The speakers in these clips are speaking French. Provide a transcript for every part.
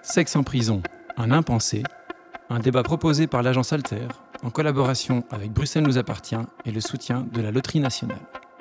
Sexe en prison, un impensé, un débat proposé par l'agence Alter, en collaboration avec Bruxelles nous appartient et le soutien de la Loterie nationale.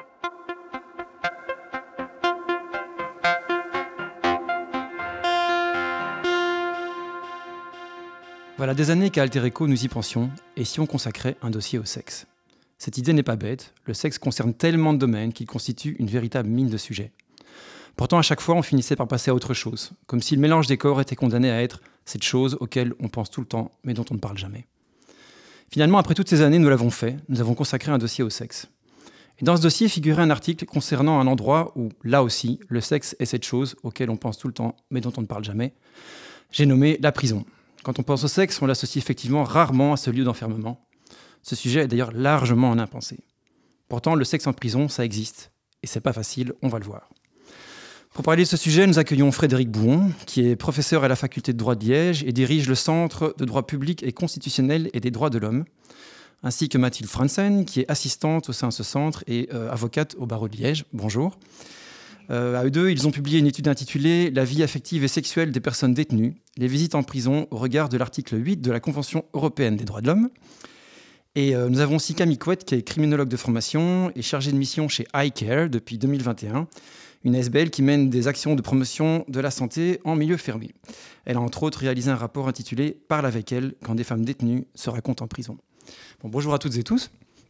Voilà des années qu'à Alter Eco nous y pensions, et si on consacrait un dossier au sexe. Cette idée n'est pas bête, le sexe concerne tellement de domaines qu'il constitue une véritable mine de sujets. Pourtant, à chaque fois, on finissait par passer à autre chose, comme si le mélange des corps était condamné à être cette chose auquel on pense tout le temps, mais dont on ne parle jamais. Finalement, après toutes ces années, nous l'avons fait, nous avons consacré un dossier au sexe. Et dans ce dossier figurait un article concernant un endroit où, là aussi, le sexe est cette chose auquel on pense tout le temps, mais dont on ne parle jamais. J'ai nommé la prison. Quand on pense au sexe, on l'associe effectivement rarement à ce lieu d'enfermement. Ce sujet est d'ailleurs largement un impensé. Pourtant, le sexe en prison, ça existe. Et c'est pas facile, on va le voir. Pour parler de ce sujet, nous accueillons Frédéric Bouon, qui est professeur à la faculté de droit de Liège et dirige le Centre de droit public et constitutionnel et des droits de l'homme, ainsi que Mathilde Fransen, qui est assistante au sein de ce centre et avocate au barreau de Liège. Bonjour. À eux deux, ils ont publié une étude intitulée « La vie affective et sexuelle des personnes détenues, les visites en prison au regard de l'article 8 de la Convention européenne des droits de l'homme ». Et nous avons aussi Camille Couette, qui est criminologue de formation et chargée de mission chez iCare depuis 2021, une ASBL qui mène des actions de promotion de la santé en milieu fermé. Elle a entre autres réalisé un rapport intitulé « Parle avec elle quand des femmes détenues se racontent en prison ». Bon, bonjour à toutes et tous.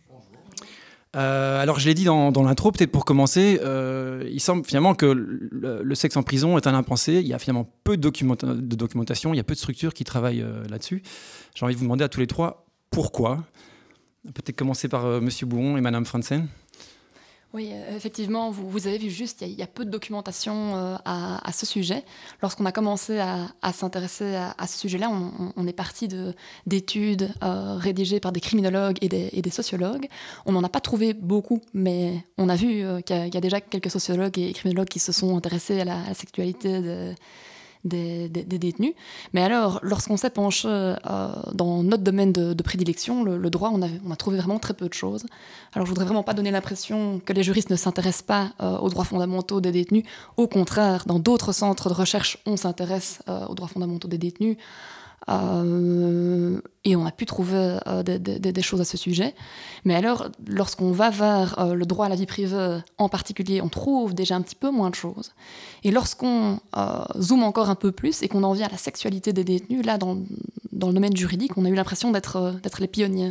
Alors je l'ai dit dans l'intro, peut-être pour commencer, il semble finalement que le sexe en prison est un impensé. Il y a finalement peu de documentation, il y a peu de structures qui travaillent là-dessus. J'ai envie de vous demander à tous les trois pourquoi. Peut-être commencer par Monsieur Bouon et Madame Fransen. Oui, effectivement, vous avez vu juste, il y a peu de documentation à ce sujet. Lorsqu'on a commencé à s'intéresser à ce sujet-là, on est parti d'études rédigées par des criminologues et des sociologues. On n'en a pas trouvé beaucoup, mais on a vu qu'il y a déjà quelques sociologues et criminologues qui se sont intéressés à la sexualité des détenus. Mais alors, lorsqu'on s'est penché dans notre domaine de prédilection, le droit, on a trouvé vraiment très peu de choses. Alors, je voudrais vraiment pas donner l'impression que les juristes ne s'intéressent pas aux droits fondamentaux des détenus. Au contraire, dans d'autres centres de recherche, on s'intéresse aux droits fondamentaux des détenus. Et on a pu trouver des choses à ce sujet. Mais alors, lorsqu'on va vers le droit à la vie privée en particulier, on trouve déjà un petit peu moins de choses. Et lorsqu'on zoome encore un peu plus et qu'on en vient à la sexualité des détenus, là, dans le domaine juridique, on a eu l'impression d'être les pionniers.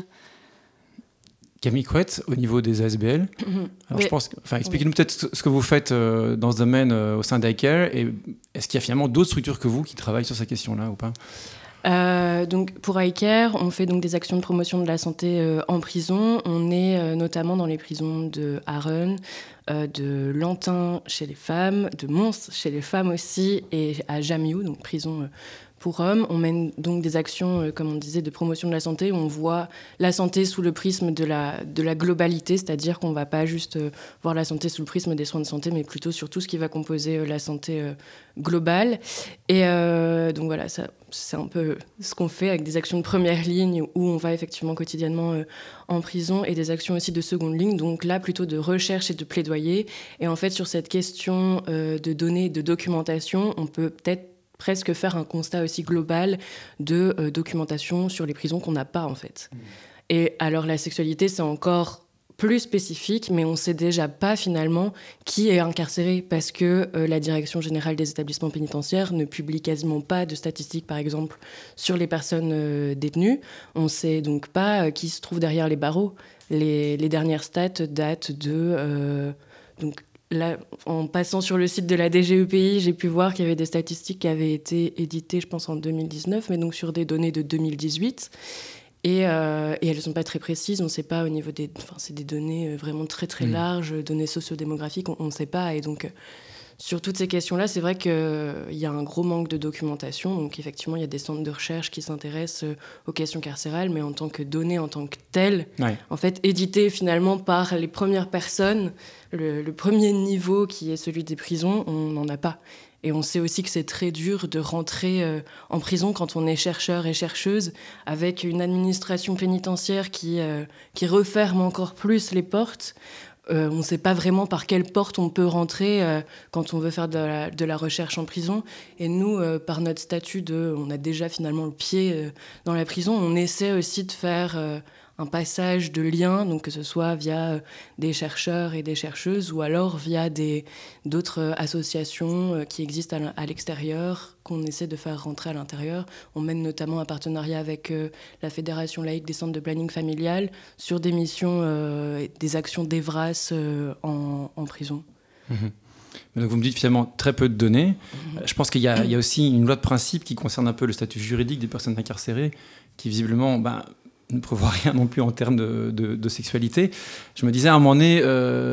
Camille Couette, au niveau des ASBL. Alors je pense, expliquez-nous peut-être ce que vous faites dans ce domaine au sein d'iCare, et est-ce qu'il y a finalement d'autres structures que vous qui travaillent sur ces questions-là ou pas ? Donc pour iCare, on fait donc des actions de promotion de la santé en prison. On est notamment dans les prisons de Harren, de Lantin chez les femmes, de Mons chez les femmes aussi, et à Jamiou, donc prison pour hommes. On mène donc des actions, comme on disait, de promotion de la santé, où on voit la santé sous le prisme de la globalité, c'est-à-dire qu'on ne va pas juste voir la santé sous le prisme des soins de santé, mais plutôt sur tout ce qui va composer la santé globale. Et donc voilà, ça, c'est un peu ce qu'on fait avec des actions de première ligne, où on va effectivement quotidiennement en prison, et des actions aussi de seconde ligne, donc là plutôt de recherche et de plaidoyer. Et en fait, sur cette question de données, de documentation, on peut peut-être presque faire un constat aussi global de documentation sur les prisons qu'on n'a pas, en fait. Et alors, la sexualité, c'est encore plus spécifique, mais on ne sait déjà pas, finalement, qui est incarcéré, parce que la Direction générale des établissements pénitentiaires ne publie quasiment pas de statistiques, par exemple, sur les personnes détenues. On ne sait donc pas qui se trouve derrière les barreaux. Les dernières stats datent de... donc, là, en passant sur le site de la DGEPI, j'ai pu voir qu'il y avait des statistiques qui avaient été éditées, je pense, en 2019, mais donc sur des données de 2018. Et elles ne sont pas très précises. On ne sait pas au niveau des... Enfin, c'est des données vraiment très, très larges, données sociodémographiques, on ne sait pas. Et donc, sur toutes ces questions-là, c'est vrai qu'il y a un gros manque de documentation. Donc, effectivement, il y a des centres de recherche qui s'intéressent aux questions carcérales, mais en tant que données, en tant que telles, en fait, éditées finalement par les premières personnes, le premier niveau qui est celui des prisons, on n'en a pas. Et on sait aussi que c'est très dur de rentrer en prison quand on est chercheur et chercheuse, avec une administration pénitentiaire qui referme encore plus les portes. on ne sait pas vraiment par quelle porte on peut rentrer quand on veut faire de la recherche en prison. Et nous, par notre statut on a déjà finalement le pied dans la prison, on essaie aussi de faire un passage de liens, donc que ce soit via des chercheurs et des chercheuses ou alors via d'autres associations qui existent à l'extérieur, qu'on essaie de faire rentrer à l'intérieur. On mène notamment un partenariat avec la Fédération laïque des centres de planning familial sur des missions, des actions d'Evras en prison. Donc vous me dites finalement très peu de données. Je pense qu'il y a aussi une loi de principe qui concerne un peu le statut juridique des personnes incarcérées, qui visiblement ne prévoit rien non plus en termes de sexualité. Je me disais à un moment donné,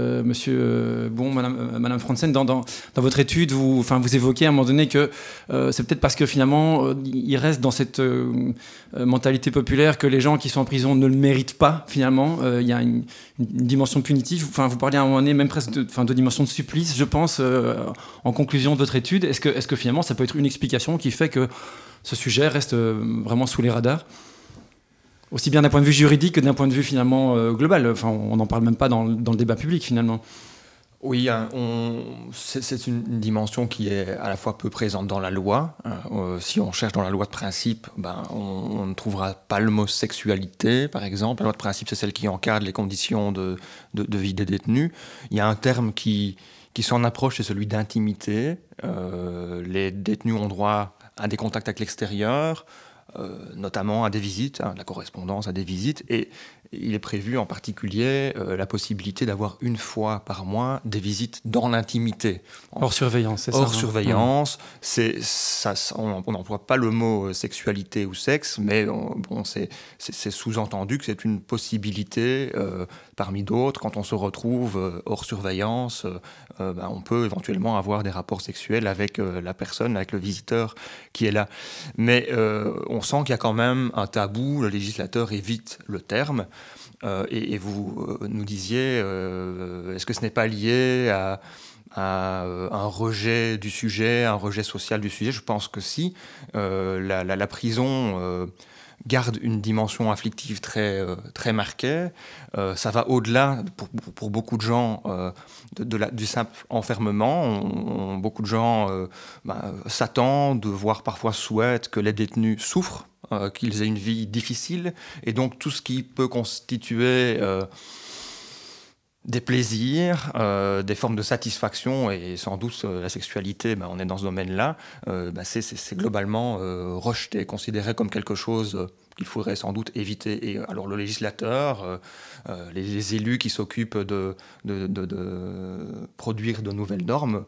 Madame Franzen, dans votre étude, vous évoquez à un moment donné que c'est peut-être parce que finalement, il reste dans cette mentalité populaire que les gens qui sont en prison ne le méritent pas, finalement. Il y a une dimension punitive. Vous parlez à un moment donné même presque de dimension de supplice, je pense, en conclusion de votre étude. Est-ce que finalement, ça peut être une explication qui fait que ce sujet reste vraiment sous les radars ? Aussi bien d'un point de vue juridique que d'un point de vue finalement global. On n'en parle même pas dans le débat public finalement. Oui, c'est une dimension qui est à la fois peu présente dans la loi. Si on cherche dans la loi de principe, on ne trouvera pas le mot sexualité, par exemple. La loi de principe, c'est celle qui encadre les conditions de vie des détenus. Il y a un terme qui s'en approche, c'est celui d'intimité. Les détenus ont droit à des contacts avec l'extérieur, notamment à des visites, la correspondance à des visites, et il est prévu en particulier la possibilité d'avoir une fois par mois des visites dans l'intimité. Hors surveillance, c'est ça. Hors surveillance, on n'emploie pas le mot sexualité ou sexe, mais c'est sous-entendu que c'est une possibilité parmi d'autres. Quand on se retrouve hors surveillance, on peut éventuellement avoir des rapports sexuels avec la personne, avec le visiteur qui est là. Mais on sent qu'il y a quand même un tabou, le législateur évite le terme. Et vous nous disiez, est-ce que ce n'est pas lié à un rejet du sujet, un rejet social du sujet? Je pense que si. La prison garde une dimension afflictive très, très marquée. Ça va au-delà, pour beaucoup de gens, du simple enfermement. Beaucoup de gens s'attendent, voire parfois souhaitent que les détenus souffrent, qu'ils aient une vie difficile. Et donc tout ce qui peut constituer des plaisirs, des formes de satisfaction, et sans doute la sexualité, on est dans ce domaine-là, c'est globalement rejeté, considéré comme quelque chose qu'il faudrait sans doute éviter. Et alors le législateur, les élus qui s'occupent de produire de nouvelles normes,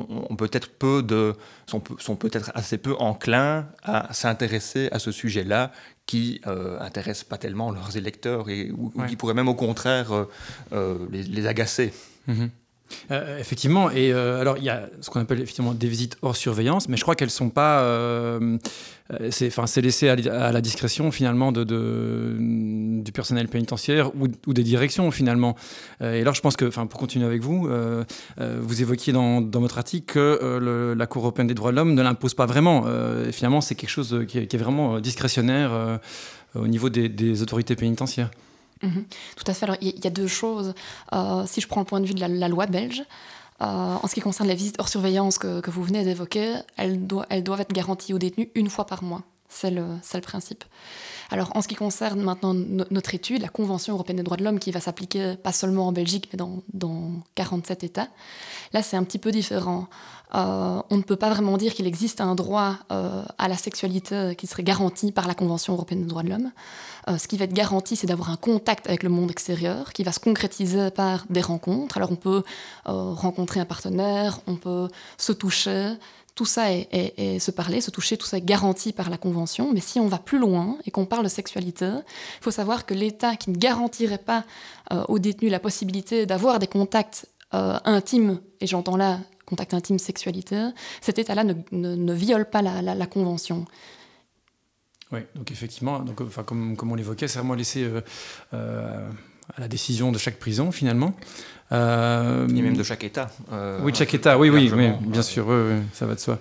sont peut-être assez peu enclins à s'intéresser à ce sujet-là, qui intéressent pas tellement leurs électeurs ou qui pourraient même au contraire les agacer. Effectivement, et alors il y a ce qu'on appelle effectivement des visites hors surveillance, mais je crois qu'elles sont pas, c'est laissé à la discrétion finalement du personnel pénitentiaire ou des directions finalement. Et alors je pense que, pour continuer avec vous, vous évoquiez dans votre article que la Cour européenne des droits de l'homme ne l'impose pas vraiment. Et finalement, c'est quelque chose qui est vraiment discrétionnaire au niveau des autorités pénitentiaires. Tout à fait. Alors, il y a deux choses. Si je prends le point de vue de la loi belge, en ce qui concerne les visites hors surveillance que vous venez d'évoquer, elles doivent être garanties aux détenus une fois par mois. C'est le principe. Alors, en ce qui concerne maintenant notre étude, la Convention européenne des droits de l'homme, qui va s'appliquer pas seulement en Belgique, mais dans 47 États, là, c'est un petit peu différent. On ne peut pas vraiment dire qu'il existe un droit à la sexualité qui serait garanti par la Convention européenne des droits de l'homme. Ce qui va être garanti, c'est d'avoir un contact avec le monde extérieur, qui va se concrétiser par des rencontres. Alors, on peut rencontrer un partenaire, on peut se toucher. Tout ça est se parler, se toucher, tout ça est garanti par la Convention. Mais si on va plus loin et qu'on parle de sexualité, il faut savoir que l'État qui ne garantirait pas aux détenus la possibilité d'avoir des contacts intimes, et j'entends là contact intime, sexualité, cet État-là ne viole pas la Convention. Oui, donc effectivement, comme on l'évoquait, c'est vraiment laissé à la décision de chaque prison finalement. Et même de chaque État. Oui, de chaque État, oui, bien sûr, ça va de soi.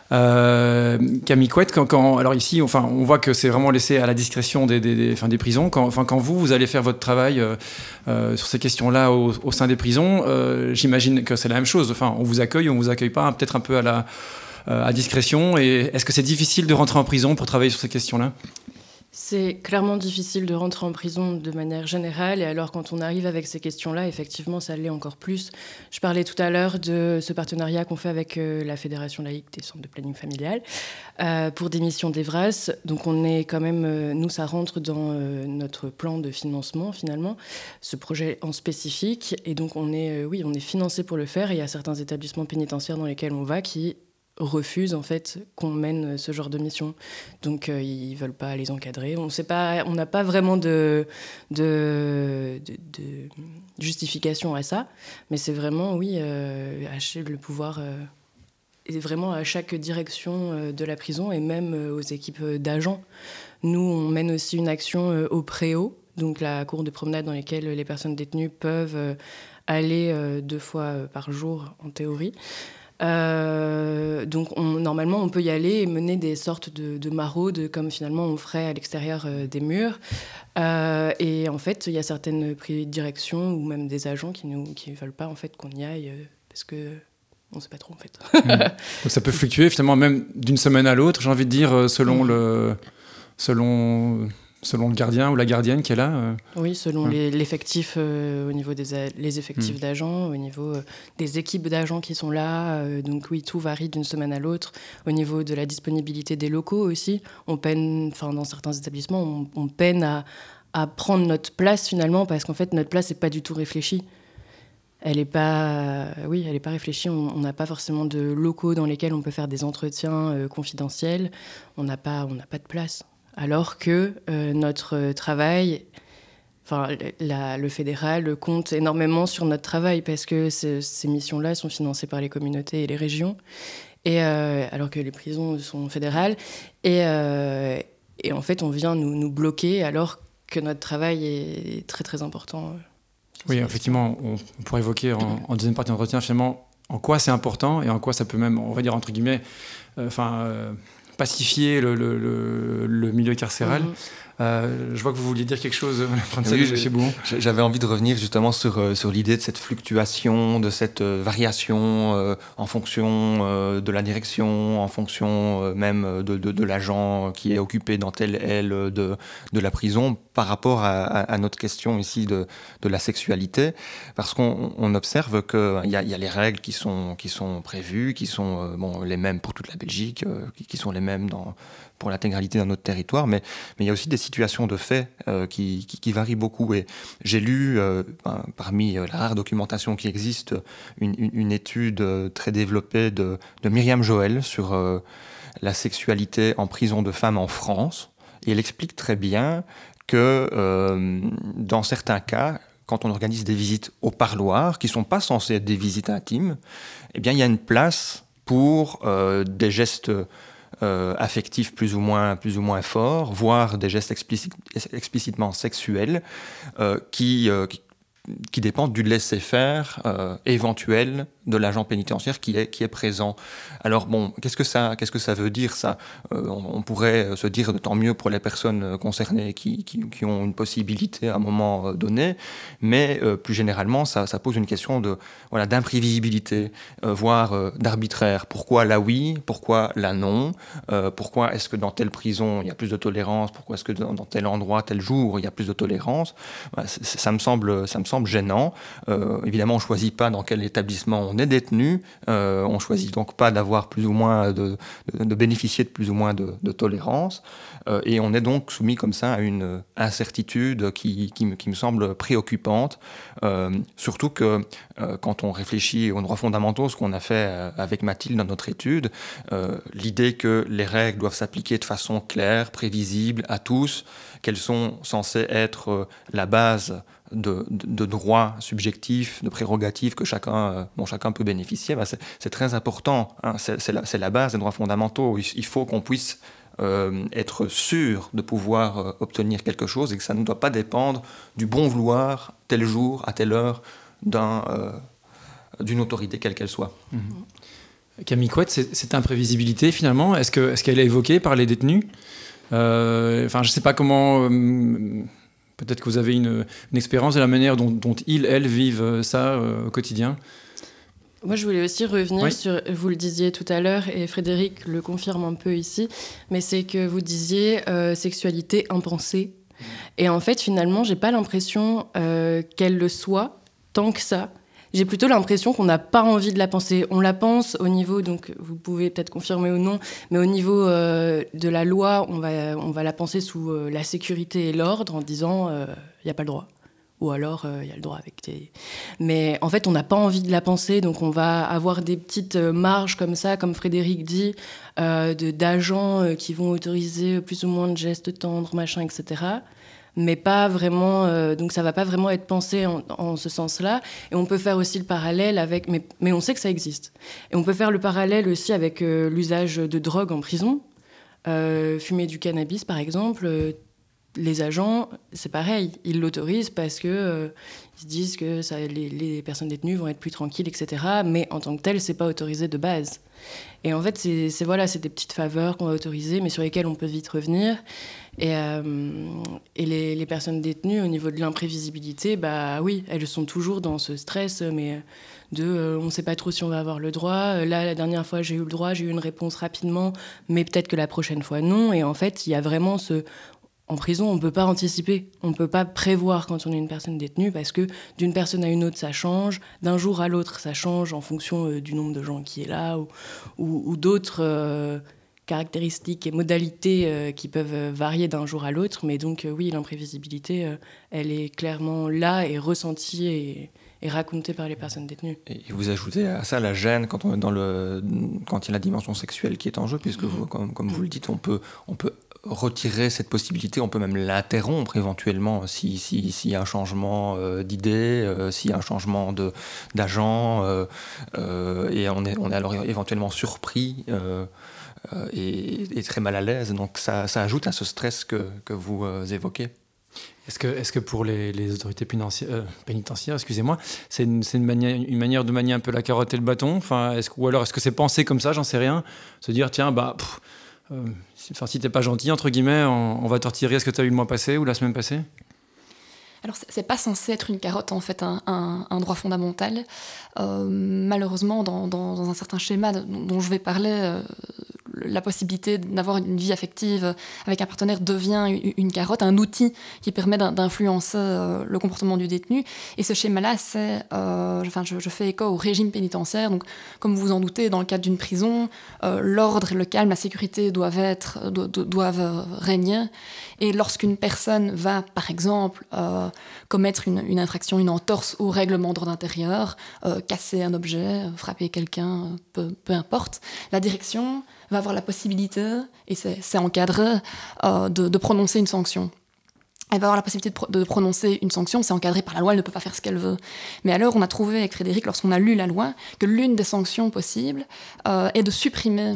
Camille Couette, alors ici, on voit que c'est vraiment laissé à la discrétion des prisons. Quand vous allez faire votre travail sur ces questions-là au sein des prisons, j'imagine que c'est la même chose. Enfin, on vous accueille pas, peut-être un peu à discrétion. Et est-ce que c'est difficile de rentrer en prison pour travailler sur ces questions-là ? C'est clairement difficile de rentrer en prison de manière générale, et alors quand on arrive avec ces questions-là, effectivement, ça l'est encore plus. Je parlais tout à l'heure de ce partenariat qu'on fait avec la Fédération laïque des centres de planning familial pour des missions d'Evras. Donc on est quand même, nous, ça rentre dans notre plan de financement, finalement, ce projet en spécifique. Et donc on est financé pour le faire, et il y a certains établissements pénitentiaires dans lesquels on va qui refusent en fait qu'on mène ce genre de mission. Donc ils veulent pas les encadrer. On n'a pas vraiment de justification à ça, mais c'est vraiment le pouvoir est vraiment à chaque direction de la prison et même aux équipes d'agents. Nous, on mène aussi une action au Préau, donc la cour de promenade dans laquelle les personnes détenues peuvent aller 2 fois par jour en théorie. Donc normalement on peut y aller et mener des sortes de maraudes comme finalement on ferait à l'extérieur des murs, et en fait il y a certaines directions ou même des agents qui veulent pas en fait qu'on y aille parce que on sait pas trop en fait. Donc ça peut fluctuer finalement même d'une semaine à l'autre, j'ai envie de dire, selon le gardien ou la gardienne qui est là. Oui, selon l'effectif, au niveau les effectifs d'agents, au niveau des équipes d'agents qui sont là. Donc oui, tout varie d'une semaine à l'autre. Au niveau de la disponibilité des locaux aussi, on peine, dans certains établissements, on peine à prendre notre place finalement, parce qu'en fait, notre place n'est pas du tout réfléchie. Elle n'est pas réfléchie. On n'a pas forcément de locaux dans lesquels on peut faire des entretiens confidentiels. On n'a pas de place. Alors que notre travail, le fédéral compte énormément sur notre travail, parce que ces missions-là sont financées par les communautés et les régions, et alors que les prisons sont fédérales. Et en fait, on vient nous bloquer alors que notre travail est très très important. Oui, effectivement, on pourrait évoquer en deuxième partie d'entretien finalement en quoi c'est important et en quoi ça peut même, on va dire entre guillemets, pacifier le milieu carcéral. Je vois que vous vouliez dire quelque chose, monsieur Bouhon. J'avais envie de revenir justement sur l'idée de cette fluctuation, de cette variation en fonction de la direction, en fonction même de l'agent qui est occupé dans telle aile de la prison, par rapport à notre question ici de la sexualité, parce qu'on observe qu'il y a les règles qui sont prévues, qui sont les mêmes pour toute la Belgique, qui sont les mêmes pour l'intégralité de notre territoire, mais il y a aussi des situations de fait qui varient beaucoup. Et j'ai lu, parmi la rare documentation qui existe, une étude très développée de Myriam Joël sur la sexualité en prison de femmes en France. Et elle explique très bien que dans certains cas, quand on organise des visites au parloir, qui ne sont pas censées être des visites intimes, eh bien, il y a une place pour des gestes affectifs plus ou moins forts, voire des gestes explicitement sexuels qui dépendent du laisser-faire éventuel de l'agent pénitentiaire qui est présent. Alors bon, qu'est-ce que ça veut dire ça ? On pourrait se dire tant mieux pour les personnes concernées qui ont une possibilité à un moment donné, mais plus généralement ça pose une question d'imprévisibilité, voire d'arbitraire. Pourquoi là oui, pourquoi là non ? Pourquoi est-ce que dans telle prison il y a plus de tolérance ? Pourquoi est-ce que dans tel endroit, tel jour il y a plus de tolérance ? Ça me semble gênant. Évidemment, on ne choisit pas dans quel établissement on est détenu. On ne choisit donc pas d'avoir plus ou moins de bénéficier de plus ou moins de tolérance. Et on est donc soumis comme ça à une incertitude qui me semble préoccupante. Surtout que quand on réfléchit aux droits fondamentaux, ce qu'on a fait avec Mathilde dans notre étude, l'idée que les règles doivent s'appliquer de façon claire, prévisible à tous, qu'elles sont censées être la base de droits subjectifs, de prérogatives dont chacun peut bénéficier, c'est très important. C'est la base des droits fondamentaux. Il faut qu'on puisse être sûr de pouvoir obtenir quelque chose et que ça ne doit pas dépendre du bon vouloir, tel jour, à telle heure, d'une autorité quelle qu'elle soit. Camille Couette, cette imprévisibilité finalement, est-ce qu'elle est évoquée par les détenus ? Je ne sais pas comment... peut-être que vous avez une expérience de la manière dont elles vivent ça au quotidien. Moi, je voulais aussi revenir oui. sur, vous le disiez tout à l'heure, et Frédéric le confirme un peu ici, mais c'est que vous disiez sexualité impensée. Et en fait, finalement, j'ai pas l'impression qu'elle le soit tant que ça. J'ai plutôt l'impression qu'on n'a pas envie de la penser. On la pense au niveau, donc vous pouvez peut-être confirmer ou non, mais au niveau de la loi, on va la penser sous la sécurité et l'ordre en disant il n'y a pas le droit. Ou alors, il y a le droit avec des... Mais en fait, on n'a pas envie de la penser, donc on va avoir des petites marges comme ça, comme Frédéric dit, d'agents qui vont autoriser plus ou moins de gestes tendres, machin, etc. Mais pas vraiment... donc ça ne va pas vraiment être pensé en ce sens-là. Et on peut faire aussi le parallèle avec... Mais on sait que ça existe. Et on peut faire le parallèle aussi avec l'usage de drogue en prison. Fumer du cannabis, par exemple... les agents, c'est pareil, ils l'autorisent parce que ils se disent que les personnes détenues vont être plus tranquilles, etc. Mais en tant que tel, c'est pas autorisé de base. Et en fait, c'est des petites faveurs qu'on va autoriser, mais sur lesquelles on peut vite revenir. Et les personnes détenues, au niveau de l'imprévisibilité, bah oui, elles sont toujours dans ce stress, mais on ne sait pas trop si on va avoir le droit. Là, la dernière fois, j'ai eu le droit, j'ai eu une réponse rapidement, mais peut-être que la prochaine fois, non. Et en fait, il y a vraiment En prison, on ne peut pas anticiper, on ne peut pas prévoir quand on est une personne détenue parce que d'une personne à une autre, ça change, d'un jour à l'autre, ça change en fonction du nombre de gens qui est là ou d'autres caractéristiques et modalités qui peuvent varier d'un jour à l'autre. Mais donc, oui, l'imprévisibilité, elle est clairement là et ressentie et racontée par les personnes détenues. Et vous ajoutez à ça la gêne quand il y a la dimension sexuelle qui est en jeu, puisque comme vous le dites, on peut retirer cette possibilité, on peut même l'interrompre éventuellement s'il y a un changement d'idée, s'il y a un changement d'agent, et on est alors éventuellement surpris et très mal à l'aise. Donc ça ajoute à ce stress que vous évoquez. Est-ce que pour les autorités pénitentiaires, excusez-moi, c'est une manière de manier un peu la carotte et le bâton, ou alors est-ce que c'est pensé comme ça, j'en sais rien, se dire tiens, si t'es pas gentil, entre guillemets, on va te retirer ce que tu as eu le mois passé ou la semaine passée ? Alors, c'est pas censé être une carotte, en fait, un droit fondamental. Malheureusement, dans un certain schéma dont je vais parler, la possibilité d'avoir une vie affective avec un partenaire devient une carotte, un outil qui permet d'influencer le comportement du détenu. Et ce schéma-là, je fais écho au régime pénitentiaire. Donc, comme vous vous en doutez, dans le cadre d'une prison, l'ordre, le calme, la sécurité doivent régner. Et lorsqu'une personne va, par exemple, commettre une infraction, une entorse au règlement d'ordre intérieur, casser un objet, frapper quelqu'un, peu importe, la direction va avoir la possibilité, et c'est encadré, de prononcer une sanction. Elle va avoir la possibilité de prononcer une sanction, c'est encadré par la loi, elle ne peut pas faire ce qu'elle veut. Mais alors, on a trouvé avec Frédéric, lorsqu'on a lu la loi, que l'une des sanctions possibles est de supprimer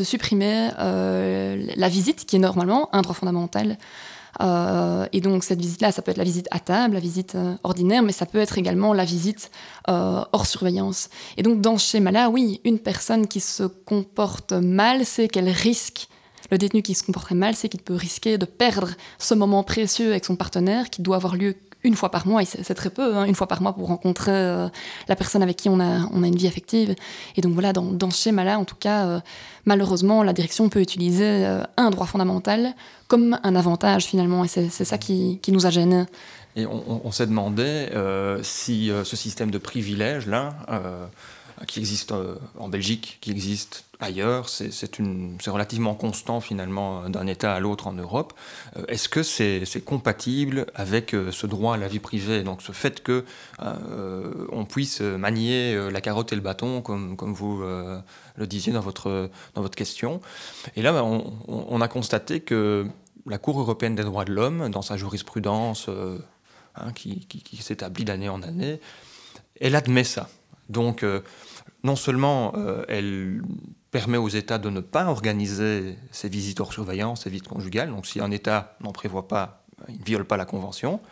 la visite, qui est normalement un droit fondamental. Et donc cette visite-là, ça peut être la visite à table, la visite ordinaire, mais ça peut être également la visite hors surveillance. Et donc dans ce schéma-là, oui, une personne qui se comporte mal, c'est qu'elle risque, le détenu qui se comporterait mal, c'est qu'il peut risquer de perdre ce moment précieux avec son partenaire qui doit avoir lieu une fois par mois, et c'est très peu, une fois par mois pour rencontrer la personne avec qui on a une vie affective. Et donc voilà, dans ce schéma-là, en tout cas, malheureusement, la direction peut utiliser un droit fondamental comme un avantage finalement, et c'est ça qui nous a gênés. Et on s'est demandé si ce système de privilèges-là, qui existe en Belgique, qui existe ailleurs, c'est relativement constant finalement d'un État à l'autre en Europe. Est-ce que c'est compatible avec ce droit à la vie privée, donc ce fait que on puisse manier la carotte et le bâton, comme vous le disiez dans votre question. Et là, on a constaté que la Cour européenne des droits de l'homme, dans sa jurisprudence qui s'établit d'année en année, elle admet ça. Donc, non seulement elle permet aux États de ne pas organiser ces visites hors surveillance, ces visites conjugales, donc si un État n'en prévoit pas, il ne viole pas la Convention,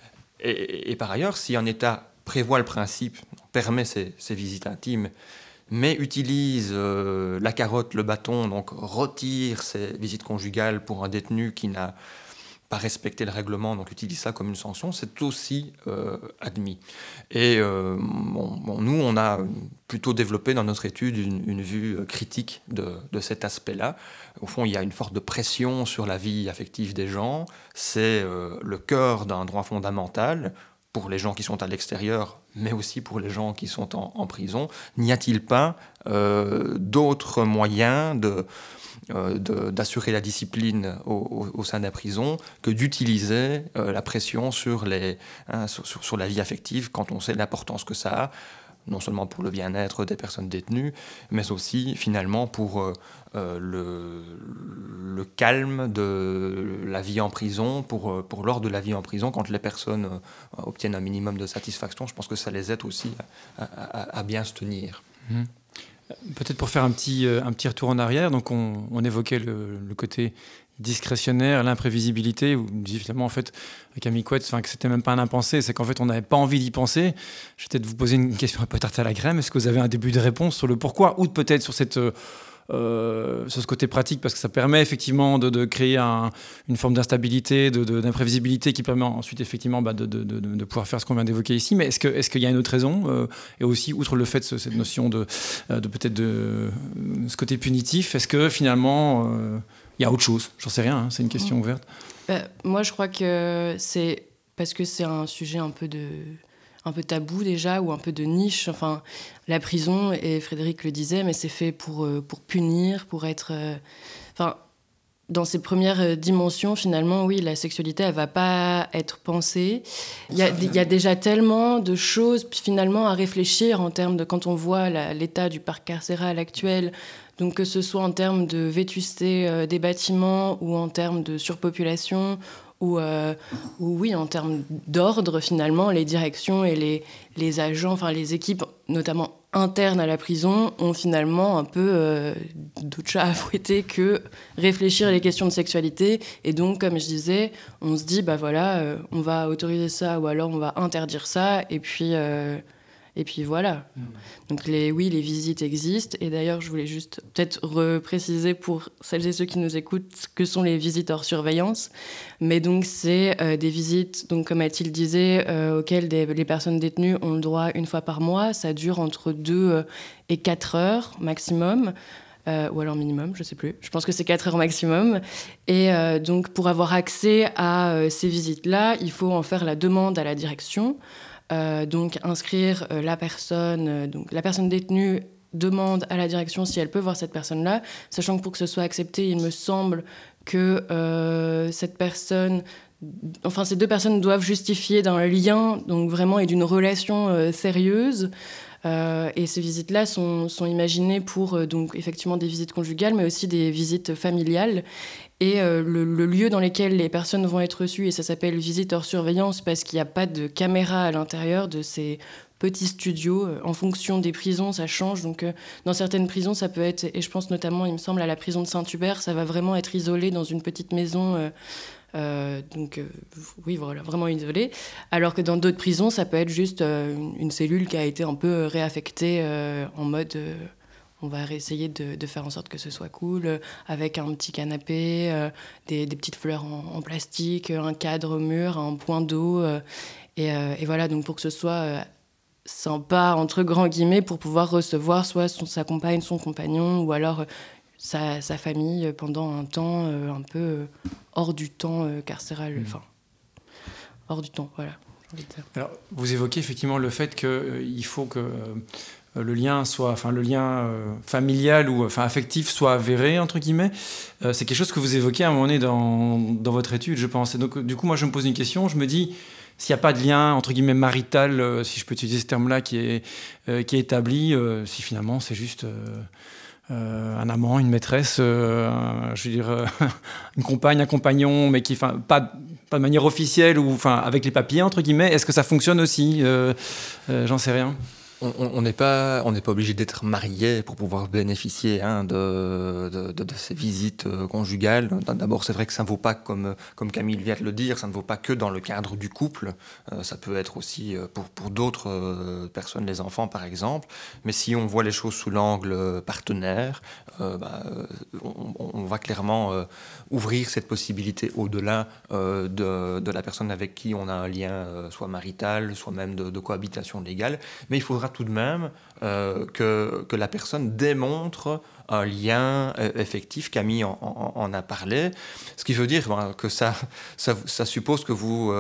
et par ailleurs, si un État prévoit le principe, permet ces visites intimes, mais utilise la carotte, le bâton, donc retire ses visites conjugales pour un détenu qui n'a pas respecté le règlement, donc utilise ça comme une sanction, c'est aussi admis. Et nous, on a plutôt développé dans notre étude une vue critique de cet aspect-là. Au fond, il y a une forte pression sur la vie affective des gens, c'est le cœur d'un droit fondamental pour les gens qui sont à l'extérieur, mais aussi pour les gens qui sont en prison. N'y a-t-il pas d'autres moyens d'assurer la discipline au sein de la prison que d'utiliser la pression sur la vie affective quand on sait l'importance que ça a, non seulement pour le bien-être des personnes détenues, mais aussi finalement pour le calme de la vie en prison, pour lors de la vie en prison, quand les personnes obtiennent un minimum de satisfaction, je pense que ça les aide aussi à bien se tenir. Mmh. Peut-être pour faire un petit retour en arrière, donc on évoquait le côté discrétionnaire, l'imprévisibilité, où on dit finalement en fait avec Camille Couette, que c'était même pas un impensé, c'est qu'en fait on n'avait pas envie d'y penser. Je vais peut-être vous poser une question un peu tarte à la crème. Est-ce que vous avez un début de réponse sur le pourquoi, ou peut-être sur ce côté pratique, parce que ça permet effectivement de créer une forme d'instabilité, d'imprévisibilité qui permet ensuite effectivement de pouvoir faire ce qu'on vient d'évoquer ici. Mais est-ce qu'il y a une autre raison, et aussi outre le fait cette notion de peut-être de ce côté punitif, est-ce que finalement il y a autre chose? J'en sais rien, c'est une question ouverte. Moi je crois que c'est parce que c'est un sujet un peu tabou déjà, ou un peu de niche. Enfin, la prison, et Frédéric le disait, mais c'est fait pour punir, pour être... dans ses premières dimensions, finalement, oui, la sexualité, elle va pas être pensée. Il y a déjà tellement de choses, finalement, à réfléchir en termes de... Quand on voit l'état du parc carcéral actuel, donc que ce soit en termes de vétusté des bâtiments, ou en termes de surpopulation, ou oui, en termes d'ordre, finalement, les directions et les agents, les équipes, notamment internes à la prison, ont finalement un peu d'autres chats à fouetter que réfléchir les questions de sexualité. Et donc, comme je disais, on se dit, on va autoriser ça, ou alors on va interdire ça, et puis voilà. Donc les visites existent. Et d'ailleurs, je voulais juste peut-être repréciser pour celles et ceux qui nous écoutent que sont les visites hors surveillance. Mais donc c'est des visites, donc comme Mathilde disait, auxquelles les personnes détenues ont le droit une fois par mois. Ça dure entre 2 et 4 heures maximum. Ou alors minimum, je sais plus. Je pense que c'est 4 heures maximum. Et donc pour avoir accès à ces visites-là, il faut en faire la demande à la direction. Donc inscrire la personne détenue demande à la direction si elle peut voir cette personne-là, sachant que pour que ce soit accepté, il me semble que ces 2 personnes doivent justifier d'un lien, donc vraiment, et d'une relation sérieuse. Et ces visites-là sont imaginées pour donc effectivement des visites conjugales, mais aussi des visites familiales. Et le lieu dans lequel les personnes vont être reçues, et ça s'appelle visite hors surveillance parce qu'il n'y a pas de caméra à l'intérieur de ces petits studios. En fonction des prisons, ça change. Donc dans certaines prisons, ça peut être, et je pense notamment, il me semble, à la prison de Saint-Hubert, ça va vraiment être isolé dans une petite maison. Oui, voilà, vraiment isolé. Alors que dans d'autres prisons, ça peut être juste une cellule qui a été un peu réaffectée en mode... on va essayer de faire en sorte que ce soit cool, avec un petit canapé, des petites fleurs en plastique, un cadre au mur, un point d'eau. Et voilà, donc pour que ce soit sympa, entre grands guillemets, pour pouvoir recevoir soit sa compagne, son compagnon, ou alors sa famille pendant un temps un peu hors du temps carcéral. Enfin, hors du temps, voilà. Alors, vous évoquez effectivement le fait qu'il faut que... le lien familial ou affectif soit avéré, entre guillemets. C'est quelque chose que vous évoquez à un moment donné dans votre étude, je pense. Et donc, du coup, moi, je me pose une question. Je me dis, s'il n'y a pas de lien, entre guillemets, marital, si je peux utiliser ce terme-là, qui est établi, si finalement, c'est juste un amant, une maîtresse, une compagne, un compagnon, mais qui, pas de manière officielle ou avec les papiers, entre guillemets, est-ce que ça fonctionne aussi? J'en sais rien. On n'est pas obligé d'être marié pour pouvoir bénéficier de ces visites conjugales. D'abord, c'est vrai que ça ne vaut pas, comme Camille vient de le dire, ça ne vaut pas que dans le cadre du couple. Ça peut être aussi pour d'autres personnes, les enfants par exemple. Mais si on voit les choses sous l'angle partenaire, on va clairement ouvrir cette possibilité au-delà de la personne avec qui on a un lien soit marital, soit même de cohabitation légale. Mais il faudra tout de même que la personne démontre un lien effectif. Camille en a parlé, ce qui veut dire que ça suppose que vous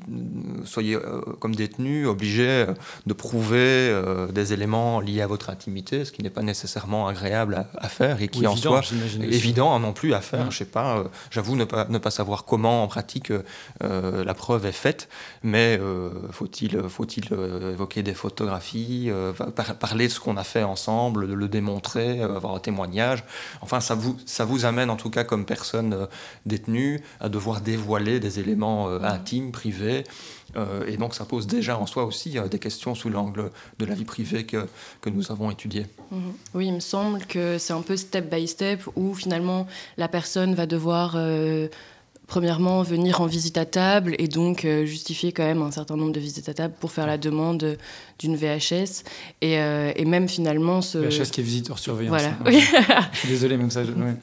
soyez comme détenu obligé de prouver des éléments liés à votre intimité, ce qui n'est pas nécessairement agréable à faire et qui en soit évident non plus à faire. Je sais pas, j'avoue ne pas savoir comment en pratique la preuve est faite, mais faut-il évoquer des photographies, parler de ce qu'on a fait ensemble, de le démontrer, avoir un témoignage. Enfin, ça vous amène en tout cas comme personne détenue à devoir dévoiler des éléments intimes, privés. Et donc ça pose déjà en soi aussi des questions sous l'angle de la vie privée que nous avons étudiées. Oui, il me semble que c'est un peu step by step où finalement la personne va devoir premièrement venir en visite à table et donc justifier quand même un certain nombre de visites à table pour faire la demande d'une VHS et même finalement VHS qui est visite hors surveillance. Voilà. Oui. Je suis désolé, même ça. Ouais.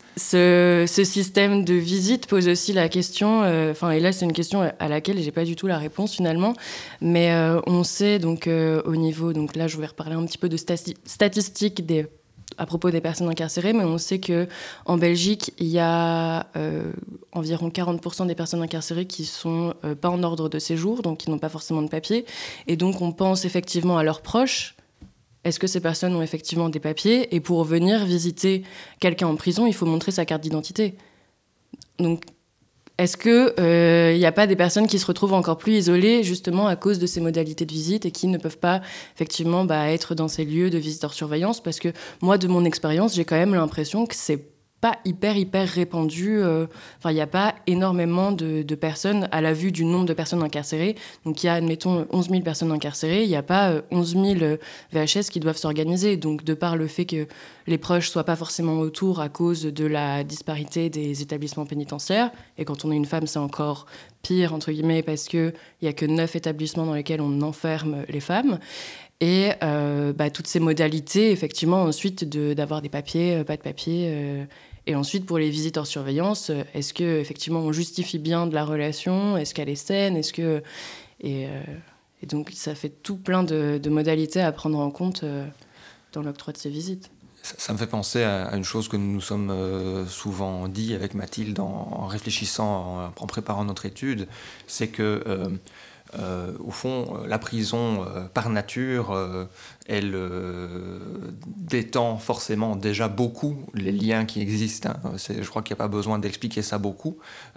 Ce système de visite pose aussi la question, et là c'est une question à laquelle j'ai pas du tout la réponse finalement, mais on sait donc au niveau, donc là je vais reparler un petit peu de statistiques à propos des personnes incarcérées, mais on sait qu'en Belgique, il y a environ 40% des personnes incarcérées qui ne sont pas en ordre de séjour, donc qui n'ont pas forcément de papier. Et donc, on pense effectivement à leurs proches. Est-ce que ces personnes ont effectivement des papiers ? Et pour venir visiter quelqu'un en prison, il faut montrer sa carte d'identité. Donc, est-ce qu'il n'y a pas des personnes qui se retrouvent encore plus isolées justement à cause de ces modalités de visite et qui ne peuvent pas effectivement être dans ces lieux de visite hors surveillance ? Parce que moi, de mon expérience, j'ai quand même l'impression que c'est pas hyper répandu. Il n'y a pas énormément de personnes à la vue du nombre de personnes incarcérées. Donc il y a, admettons, 11 000 personnes incarcérées. Il n'y a pas 11 000 VHS qui doivent s'organiser. Donc de par le fait que les proches ne soient pas forcément autour à cause de la disparité des établissements pénitentiaires, et quand on est une femme, c'est encore pire, entre guillemets, parce qu'il n'y a que 9 établissements dans lesquels on enferme les femmes. Et toutes ces modalités, effectivement, ensuite d'avoir des papiers, pas de papiers. Et ensuite, pour les visites hors surveillance, est-ce qu'effectivement on justifie bien de la relation ? Est-ce qu'elle est saine ? Et donc, ça fait tout plein de modalités à prendre en compte dans l'octroi de ces visites. Ça me fait penser à une chose que nous nous sommes souvent dit avec Mathilde en réfléchissant, en préparant notre étude, c'est que au fond, la prison, par nature, elle détend forcément déjà beaucoup les liens qui existent. Je crois qu'il n'y a pas besoin d'expliquer ça beaucoup.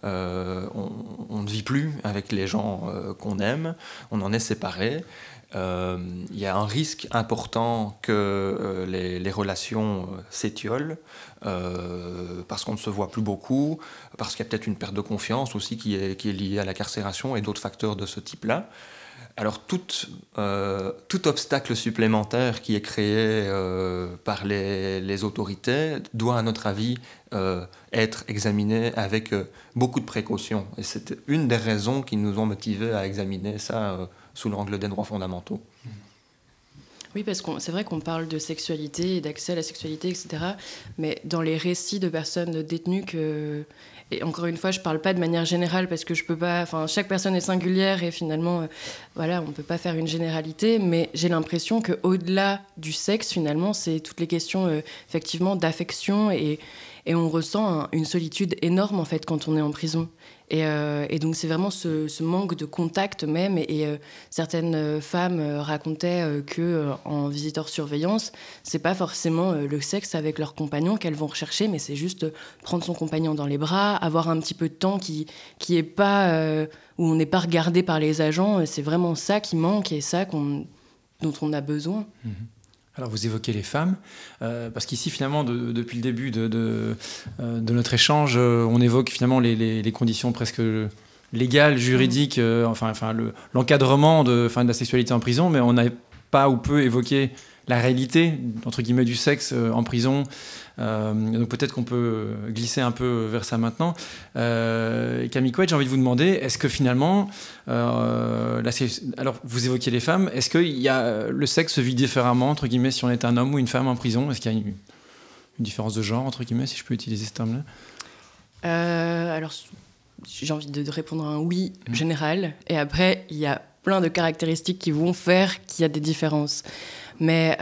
On ne vit plus avec les gens qu'on aime, on en est séparés. Il y a un risque important que les relations s'étiolent parce qu'on ne se voit plus beaucoup, parce qu'il y a peut-être une perte de confiance aussi qui est liée à la carcération et d'autres facteurs de ce type-là. Alors tout obstacle supplémentaire qui est créé par les autorités doit, à notre avis, être examiné avec beaucoup de précaution. Et c'est une des raisons qui nous ont motivés à examiner ça sous l'angle des droits fondamentaux. Oui, parce que c'est vrai qu'on parle de sexualité et d'accès à la sexualité, etc. Mais dans les récits de personnes détenues et encore une fois, je ne parle pas de manière générale parce que je peux pas. Enfin, chaque personne est singulière et finalement, on ne peut pas faire une généralité. Mais j'ai l'impression qu'au-delà du sexe, finalement, c'est toutes les questions effectivement d'affection et on ressent une solitude énorme en fait quand on est en prison. Et donc c'est vraiment ce manque de contact même. Et certaines femmes racontaient que en visite hors surveillance, c'est pas forcément le sexe avec leur compagnon qu'elles vont rechercher, mais c'est juste prendre son compagnon dans les bras, avoir un petit peu de temps qui est pas où on n'est pas regardé par les agents. C'est vraiment ça qui manque et ça dont on a besoin. Mmh. Alors vous évoquez les femmes, parce qu'ici finalement depuis le début de notre échange, on évoque finalement les conditions presque légales, juridiques, l'encadrement de la sexualité en prison, mais on n'a pas ou peu évoqué la réalité, entre guillemets, du sexe en prison. Donc peut-être qu'on peut glisser un peu vers ça maintenant. Camille Couette, j'ai envie de vous demander, est-ce que finalement, alors vous évoquiez les femmes, est-ce que le sexe se vit différemment, entre guillemets, si on est un homme ou une femme en prison? Est-ce qu'il y a une différence de genre, entre guillemets, si je peux utiliser ce terme-là? Alors, j'ai envie de répondre à un oui général. Et après, il y a plein de caractéristiques qui vont faire qu'il y a des différences. Mais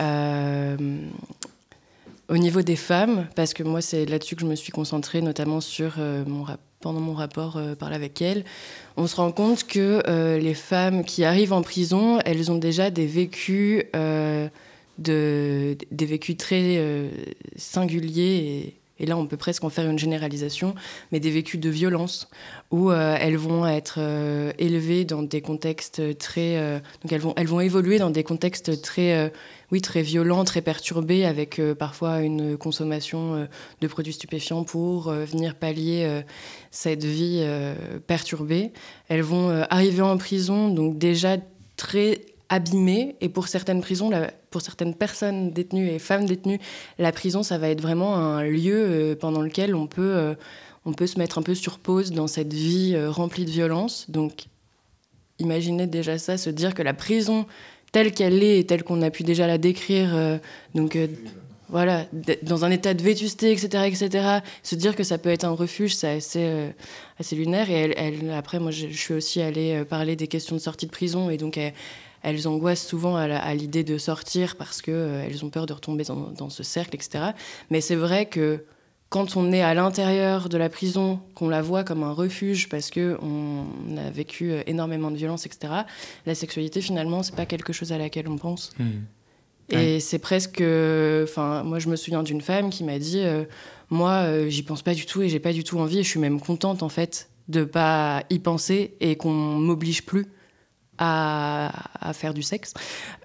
au niveau des femmes, parce que moi, c'est là-dessus que je me suis concentrée, notamment sur pendant mon rapport Parle avec elle, on se rend compte que les femmes qui arrivent en prison, elles ont déjà des vécus, des vécus très singuliers et là, on peut presque en faire une généralisation, mais des vécus de violence, où elles vont être élevées dans des contextes très... donc elles vont évoluer dans des contextes très violents, très perturbés, avec parfois une consommation de produits stupéfiants pour venir pallier cette vie perturbée. Elles vont arriver en prison, donc déjà très abîmées, et pour certaines prisons, pour certaines personnes détenues et femmes détenues, la prison, ça va être vraiment un lieu pendant lequel on peut se mettre un peu sur pause dans cette vie remplie de violence. Donc, imaginez déjà ça, se dire que la prison, telle qu'elle est et telle qu'on a pu déjà la décrire, voilà, dans un état de vétusté, etc., se dire que ça peut être un refuge, c'est assez lunaire. Et après, moi, je suis aussi allée parler des questions de sortie de prison, et donc elles angoissent souvent à l'idée de sortir parce qu'elles ont peur de retomber dans ce cercle, etc. Mais c'est vrai que quand on est à l'intérieur de la prison, qu'on la voit comme un refuge parce qu'on a vécu énormément de violence, etc., la sexualité, finalement, c'est pas quelque chose à laquelle on pense. Et c'est presque... moi, je me souviens d'une femme qui m'a dit moi, j'y pense pas du tout et j'ai pas du tout envie, et je suis même contente, en fait, de pas y penser et qu'on m'oblige plus à faire du sexe.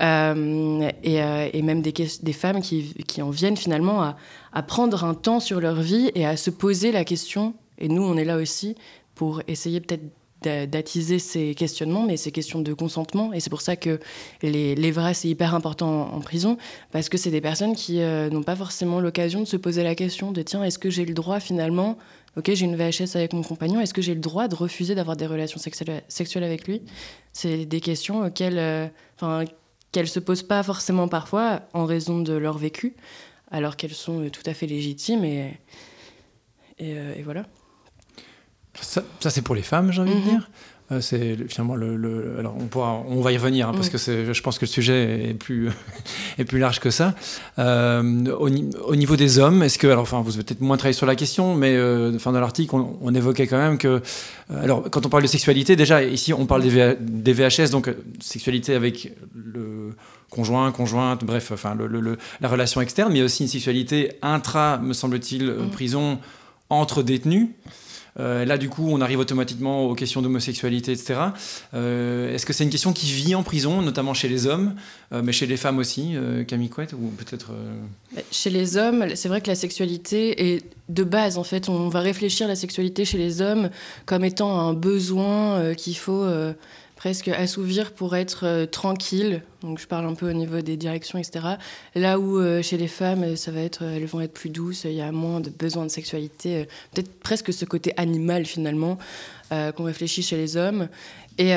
Et même des femmes qui en viennent finalement à prendre un temps sur leur vie et à se poser la question. Et nous, on est là aussi pour essayer peut-être d'attiser ces questionnements, mais ces questions de consentement. Et c'est pour ça que les vrais, c'est hyper important en prison, parce que c'est des personnes qui n'ont pas forcément l'occasion de se poser la question de tiens, est-ce que j'ai le droit finalement, ok, j'ai une VHS avec mon compagnon, est-ce que j'ai le droit de refuser d'avoir des relations sexuelles avec lui? C'est des questions auxquelles qu'elles se posent pas forcément parfois en raison de leur vécu, alors qu'elles sont tout à fait légitimes et voilà. Ça c'est pour les femmes, j'ai envie de dire. C'est finalement alors on va y revenir parce que je pense que le sujet est plus large que ça. Au niveau des hommes, est-ce que vous avez peut-être moins travaillé sur la question, mais dans l'article on évoquait quand même que alors quand on parle de sexualité, déjà ici on parle des VHS, donc sexualité avec le conjointe, bref, la relation externe, mais il y a aussi une sexualité intra, me semble-t-il, prison entre détenus. Là, du coup, on arrive automatiquement aux questions d'homosexualité, etc. Est-ce que c'est une question qui vit en prison, notamment chez les hommes, mais chez les femmes aussi, Camille Couette, ou peut-être... Chez les hommes, c'est vrai que la sexualité est de base, en fait. On va réfléchir la sexualité chez les hommes comme étant un besoin qu'il faut presque assouvir pour être tranquille. Donc je parle un peu au niveau des directions, etc. Là où chez les femmes, elles vont être plus douces, il y a moins de besoin de sexualité, peut-être presque ce côté animal finalement qu'on réfléchit chez les hommes. Et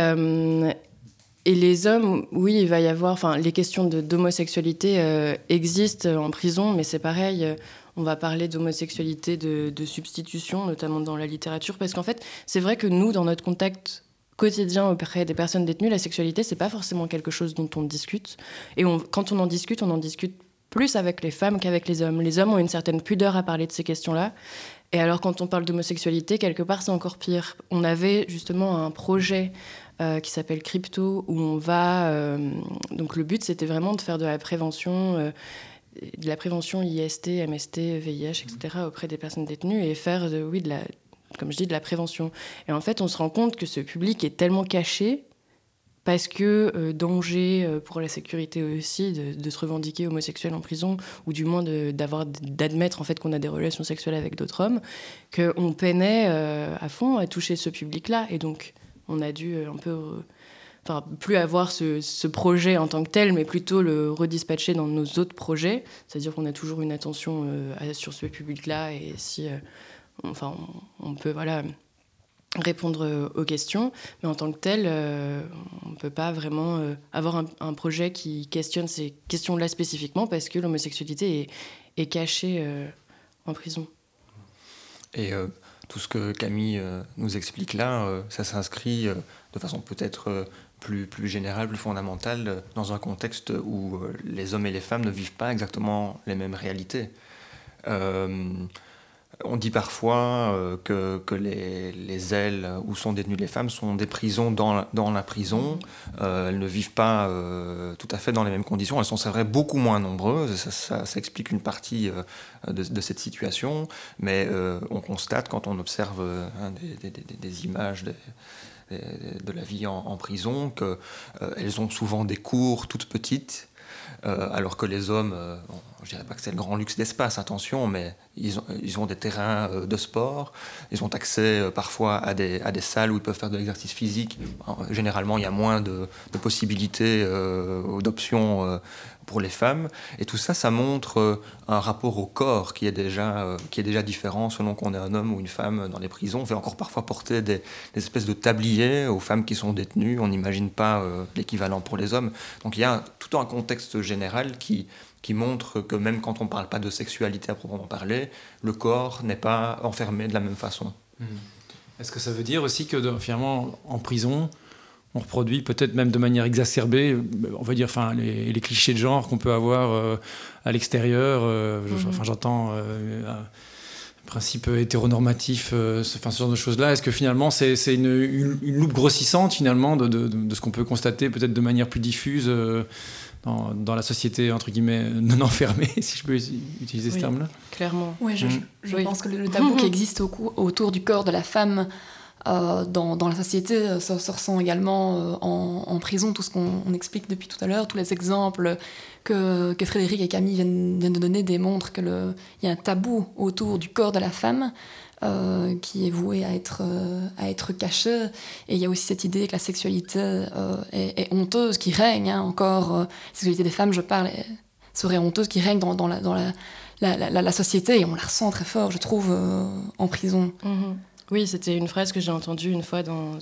les hommes, oui, il va y avoir... les questions d'homosexualité existent en prison, mais c'est pareil... on va parler d'homosexualité de substitution, notamment dans la littérature, parce qu'en fait, c'est vrai que nous, dans notre contact quotidien auprès des personnes détenues, la sexualité, c'est pas forcément quelque chose dont on discute. Et quand on en discute plus avec les femmes qu'avec les hommes. Les hommes ont une certaine pudeur à parler de ces questions-là. Et alors, quand on parle d'homosexualité, quelque part, c'est encore pire. On avait justement un projet qui s'appelle Crypto, où on va... donc, le but, c'était vraiment de faire de la prévention IST, MST, VIH, etc., auprès des personnes détenues, et faire comme je dis, de la prévention. Et en fait, on se rend compte que ce public est tellement caché parce que danger pour la sécurité aussi de se revendiquer homosexuel en prison, ou du moins d'admettre en fait qu'on a des relations sexuelles avec d'autres hommes, qu'on peinait à fond à toucher ce public-là. Et donc, on a dû un peu enfin, plus avoir ce projet en tant que tel, mais plutôt le redispatcher dans nos autres projets. C'est-à-dire qu'on a toujours une attention sur ce public-là, et si on peut répondre aux questions, mais en tant que tel, on ne peut pas vraiment avoir un projet qui questionne ces questions-là spécifiquement, parce que l'homosexualité est cachée en prison. Et tout ce que Camille nous explique là, ça s'inscrit de façon peut-être plus générale, plus fondamentale, dans un contexte où les hommes et les femmes ne vivent pas exactement les mêmes réalités. On dit parfois que les ailes où sont détenues les femmes sont des prisons dans la prison. Elles ne vivent pas tout à fait dans les mêmes conditions. Elles sont, c'est vrai, beaucoup moins nombreuses. Ça explique une partie de cette situation. Mais on constate, quand on observe des images de la vie en prison, qu'elles ont souvent des cours toutes petites. Alors que les hommes, je dirais pas que c'est le grand luxe d'espace, attention, mais ils ont des terrains de sport, ils ont accès parfois à des salles où ils peuvent faire de l'exercice physique. Généralement, il y a moins de possibilités d'options pour les femmes. Et tout ça, ça montre un rapport au corps qui est déjà différent selon qu'on est un homme ou une femme dans les prisons. On fait encore parfois porter des espèces de tabliers aux femmes qui sont détenues. On n'imagine pas l'équivalent pour les hommes. Donc il y a tout un contexte général qui montre que même quand on ne parle pas de sexualité à proprement parler, le corps n'est pas enfermé de la même façon. Est-ce que ça veut dire aussi que finalement, en prison, on reproduit peut-être même de manière exacerbée, on va dire, les clichés de genre qu'on peut avoir à l'extérieur, j'entends principe hétéronormatif, ce genre de choses-là. Est-ce que finalement c'est une loupe grossissante finalement de ce qu'on peut constater peut-être de manière plus diffuse dans la société, entre guillemets, non enfermée, si je peux utiliser ce terme-là? Clairement. Oui, je pense que le tabou qui existe autour du corps de la femme dans la société se ressent également en prison. Tout ce qu'on explique depuis tout à l'heure, tous les exemples que Frédéric et Camille viennent de donner démontrent qu'il y a un tabou autour du corps de la femme qui est voué à être caché. Et il y a aussi cette idée que la sexualité est honteuse, qui règne encore. La sexualité des femmes, je parle, serait honteuse, qui règne dans la société. Et on la ressent très fort, je trouve, en prison. Mm-hmm. Oui, c'était une phrase que j'ai entendue une fois dans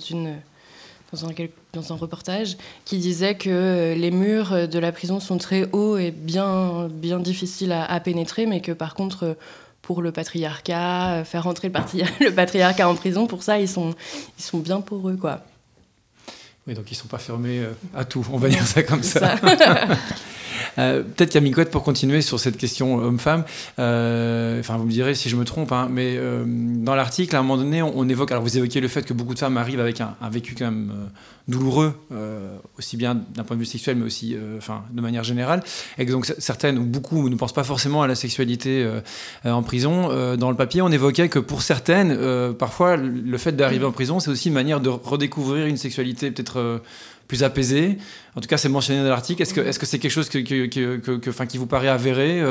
un reportage qui disait que les murs de la prison sont très hauts et bien difficiles à pénétrer, mais que par contre, pour le patriarcat, faire rentrer le patriarcat en prison, pour ça, ils sont bien poreux, quoi. Oui, donc ils ne sont pas fermés à tout, on va dire ça comme ça. Peut-être Camille Couette, pour continuer sur cette question homme-femme, vous me direz si je me trompe, mais dans l'article, à un moment donné, on évoque, alors vous évoquez le fait que beaucoup de femmes arrivent avec un vécu quand même douloureux, aussi bien d'un point de vue sexuel, mais aussi de manière générale, et que donc certaines, ou beaucoup, ne pensent pas forcément à la sexualité en prison. Dans le papier, on évoquait que pour certaines, parfois, le fait d'arriver en prison, c'est aussi une manière de redécouvrir une sexualité peut-être plus apaisée. En tout cas, c'est mentionné dans l'article. Est-ce que c'est quelque chose qui vous paraît avéré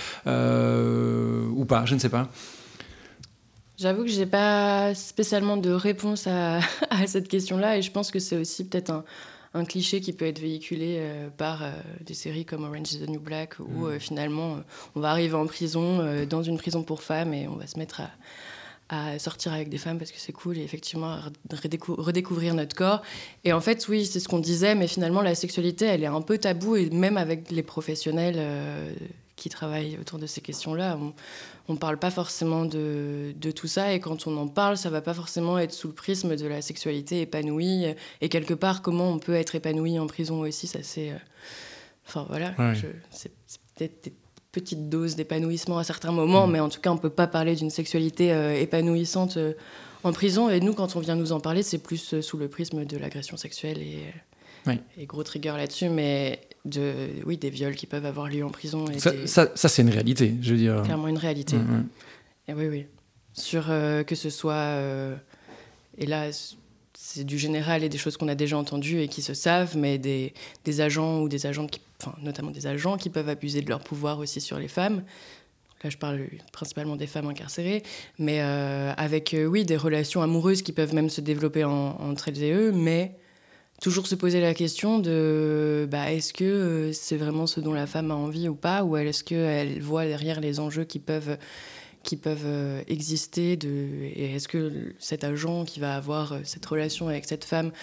ou pas? Je ne sais pas. J'avoue que je n'ai pas spécialement de réponse à cette question-là, et je pense que c'est aussi peut-être un cliché qui peut être véhiculé par des séries comme Orange is the New Black, où finalement on va arriver en prison, dans une prison pour femmes, et on va se mettre à sortir avec des femmes parce que c'est cool, et effectivement à redécouvrir notre corps. Et en fait, oui, c'est ce qu'on disait, mais finalement la sexualité, elle est un peu taboue, et même avec les professionnels qui travaillent autour de ces questions-là, on parle pas forcément de tout ça, et quand on en parle, ça va pas forcément être sous le prisme de la sexualité épanouie, et quelque part, comment on peut être épanoui en prison aussi, ça c'est... Ouais. C'est peut-être des petites doses d'épanouissement à certains moments, mais en tout cas, on peut pas parler d'une sexualité épanouissante en prison, et nous, quand on vient nous en parler, c'est plus sous le prisme de l'agression sexuelle, et gros trigger là-dessus, mais des viols qui peuvent avoir lieu en prison. Et ça, c'est une réalité, je veux dire. Clairement une réalité. Et oui. Sur que ce soit... et là, c'est du général et des choses qu'on a déjà entendues et qui se savent, mais des agents ou des agentes, notamment des agents qui peuvent abuser de leur pouvoir aussi sur les femmes. Là, je parle principalement des femmes incarcérées, mais avec, des relations amoureuses qui peuvent même se développer entre elles et eux, mais toujours se poser la question de est-ce que c'est vraiment ce dont la femme a envie ou pas, ou est-ce qu'elle voit derrière les enjeux qui peuvent exister, et est-ce que cet agent qui va avoir cette relation avec cette femme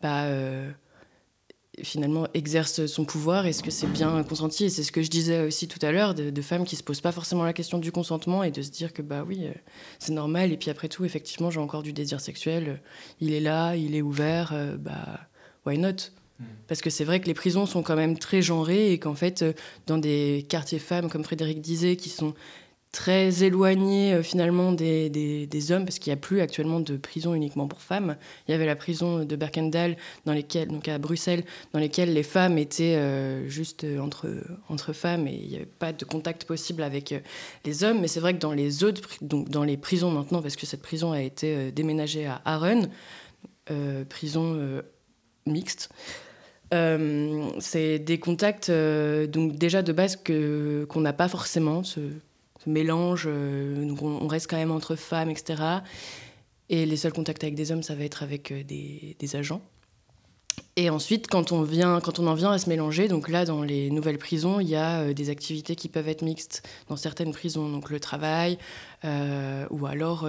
finalement exerce son pouvoir, est-ce que c'est bien consenti? Et c'est ce que je disais aussi tout à l'heure, de femmes qui se posent pas forcément la question du consentement et de se dire que oui, c'est normal, et puis après tout, effectivement, j'ai encore du désir sexuel, il est là, il est ouvert, why not? Parce que c'est vrai que les prisons sont quand même très genrées, et qu'en fait, dans des quartiers femmes, comme Frédéric disait, qui sont très éloignés finalement des hommes, parce qu'il n'y a plus actuellement de prison uniquement pour femmes. Il y avait la prison de Berkendal, donc à Bruxelles, dans lesquelles les femmes étaient juste entre femmes, et il n'y avait pas de contact possible avec les hommes. Mais c'est vrai que dans les autres, donc dans les prisons maintenant, parce que cette prison a été déménagée à Aren, prison mixte, c'est des contacts donc déjà de base qu'on n'a pas forcément, ce mélange, donc on reste quand même entre femmes, etc. Et les seuls contacts avec des hommes, ça va être avec des agents. Et ensuite, quand on en vient à se mélanger, donc là, dans les nouvelles prisons, il y a des activités qui peuvent être mixtes dans certaines prisons, donc le travail, ou alors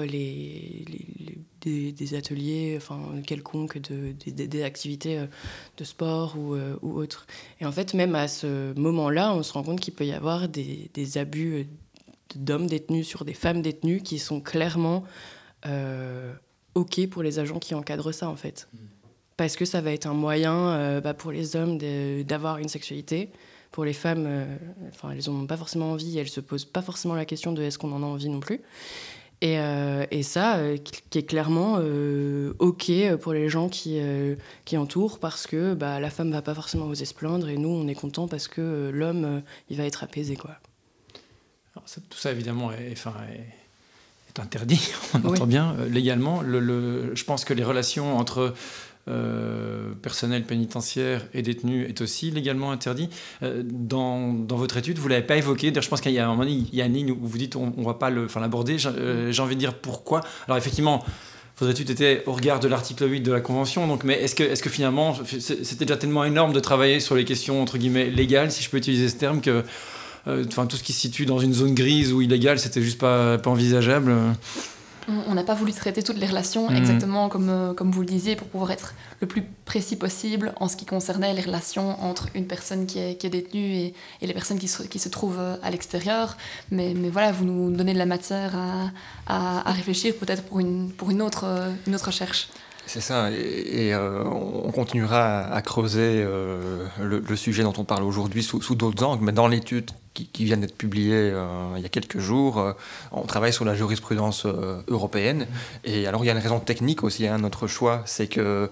des ateliers, quelconques, des activités de sport ou autres. Et en fait, même à ce moment-là, on se rend compte qu'il peut y avoir des abus d'hommes détenus sur des femmes détenues qui sont clairement OK pour les agents qui encadrent ça, en fait. Parce que ça va être un moyen pour les hommes d'avoir une sexualité. Pour les femmes, elles n'en ont pas forcément envie, elles ne se posent pas forcément la question de est-ce qu'on en a envie non plus. Et ça, qui est clairement OK pour les gens qui entourent, parce que la femme ne va pas forcément oser se plaindre, et nous, on est contents parce que l'homme, il va être apaisé, quoi. Alors, tout ça, évidemment, est interdit, on entend bien, légalement. Je pense que les relations entre personnel pénitentiaire et détenu est aussi légalement interdit. Dans votre étude, vous ne l'avez pas évoqué. D'ailleurs, je pense qu'il y a un moment donné, il y a une ligne où vous dites on ne va pas l'aborder. J'ai envie de dire pourquoi. Alors effectivement, votre étude était au regard de l'article 8 de la Convention, donc, mais est-ce que finalement, c'était déjà tellement énorme de travailler sur les questions, entre guillemets, légales, si je peux utiliser ce terme, que tout ce qui se situe dans une zone grise ou illégale, c'était juste pas envisageable. On n'a pas voulu traiter toutes les relations exactement comme vous le disiez, pour pouvoir être le plus précis possible en ce qui concernait les relations entre une personne qui est détenue et les personnes qui se trouvent à l'extérieur. Mais voilà, vous nous donnez de la matière à réfléchir peut-être pour une autre recherche. C'est ça, et on continuera à creuser le sujet dont on parle aujourd'hui sous d'autres angles, mais dans l'étude qui vient d'être publiée il y a quelques jours, on travaille sur la jurisprudence européenne. Et alors il y a une raison technique aussi à notre choix, c'est que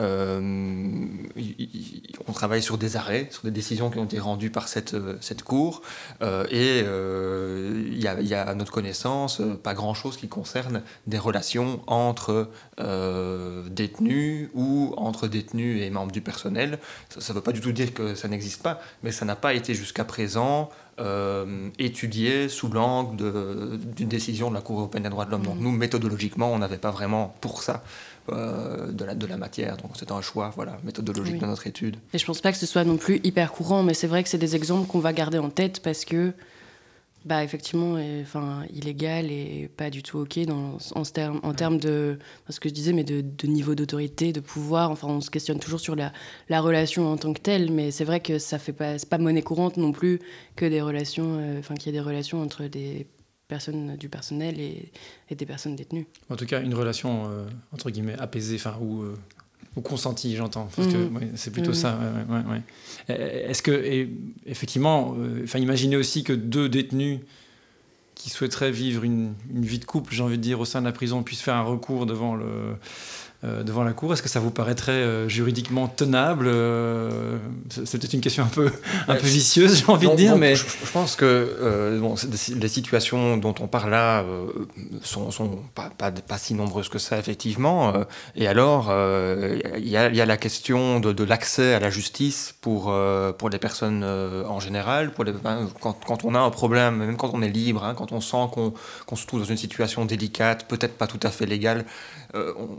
on travaille sur des arrêts, sur des décisions qui ont été rendues par cette cour, et il y a à notre connaissance pas grand-chose qui concerne des relations entre détenus ou entre détenus et membres du personnel. Ça ne veut pas du tout dire que ça n'existe pas, mais ça n'a pas été jusqu'à présent étudié sous l'angle d'une décision de la Cour européenne des droits de l'homme. Donc nous, méthodologiquement, on n'avait pas vraiment pour ça de la matière. Donc c'est un choix méthodologique de notre étude. Et je ne pense pas que ce soit non plus hyper courant, mais c'est vrai que c'est des exemples qu'on va garder en tête parce que effectivement, illégal et pas du tout OK en termes de ce que je disais, mais de niveau d'autorité, de pouvoir. On se questionne toujours sur la relation en tant que telle, mais c'est vrai que c'est pas monnaie courante non plus que des relations, qu'il y ait des relations entre des personnes du personnel et des personnes détenues. En tout cas, une relation entre guillemets apaisée, ou consenti, j'entends, parce que c'est plutôt ça. Ouais. Est-ce que, effectivement, imaginez aussi que deux détenus qui souhaiteraient vivre une vie de couple, j'ai envie de dire, au sein de la prison, puissent faire un recours devant la cour. Est-ce que ça vous paraîtrait juridiquement tenable? C'est peut-être une question un peu vicieuse, j'ai envie de dire. Mais je pense que les situations dont on parle là sont pas si nombreuses que ça, effectivement. Et alors, il y a la question de l'accès à la justice pour les personnes en général. Quand on a un problème, même quand on est libre, quand on sent qu'on se trouve dans une situation délicate, peut-être pas tout à fait légale, on va déjà pas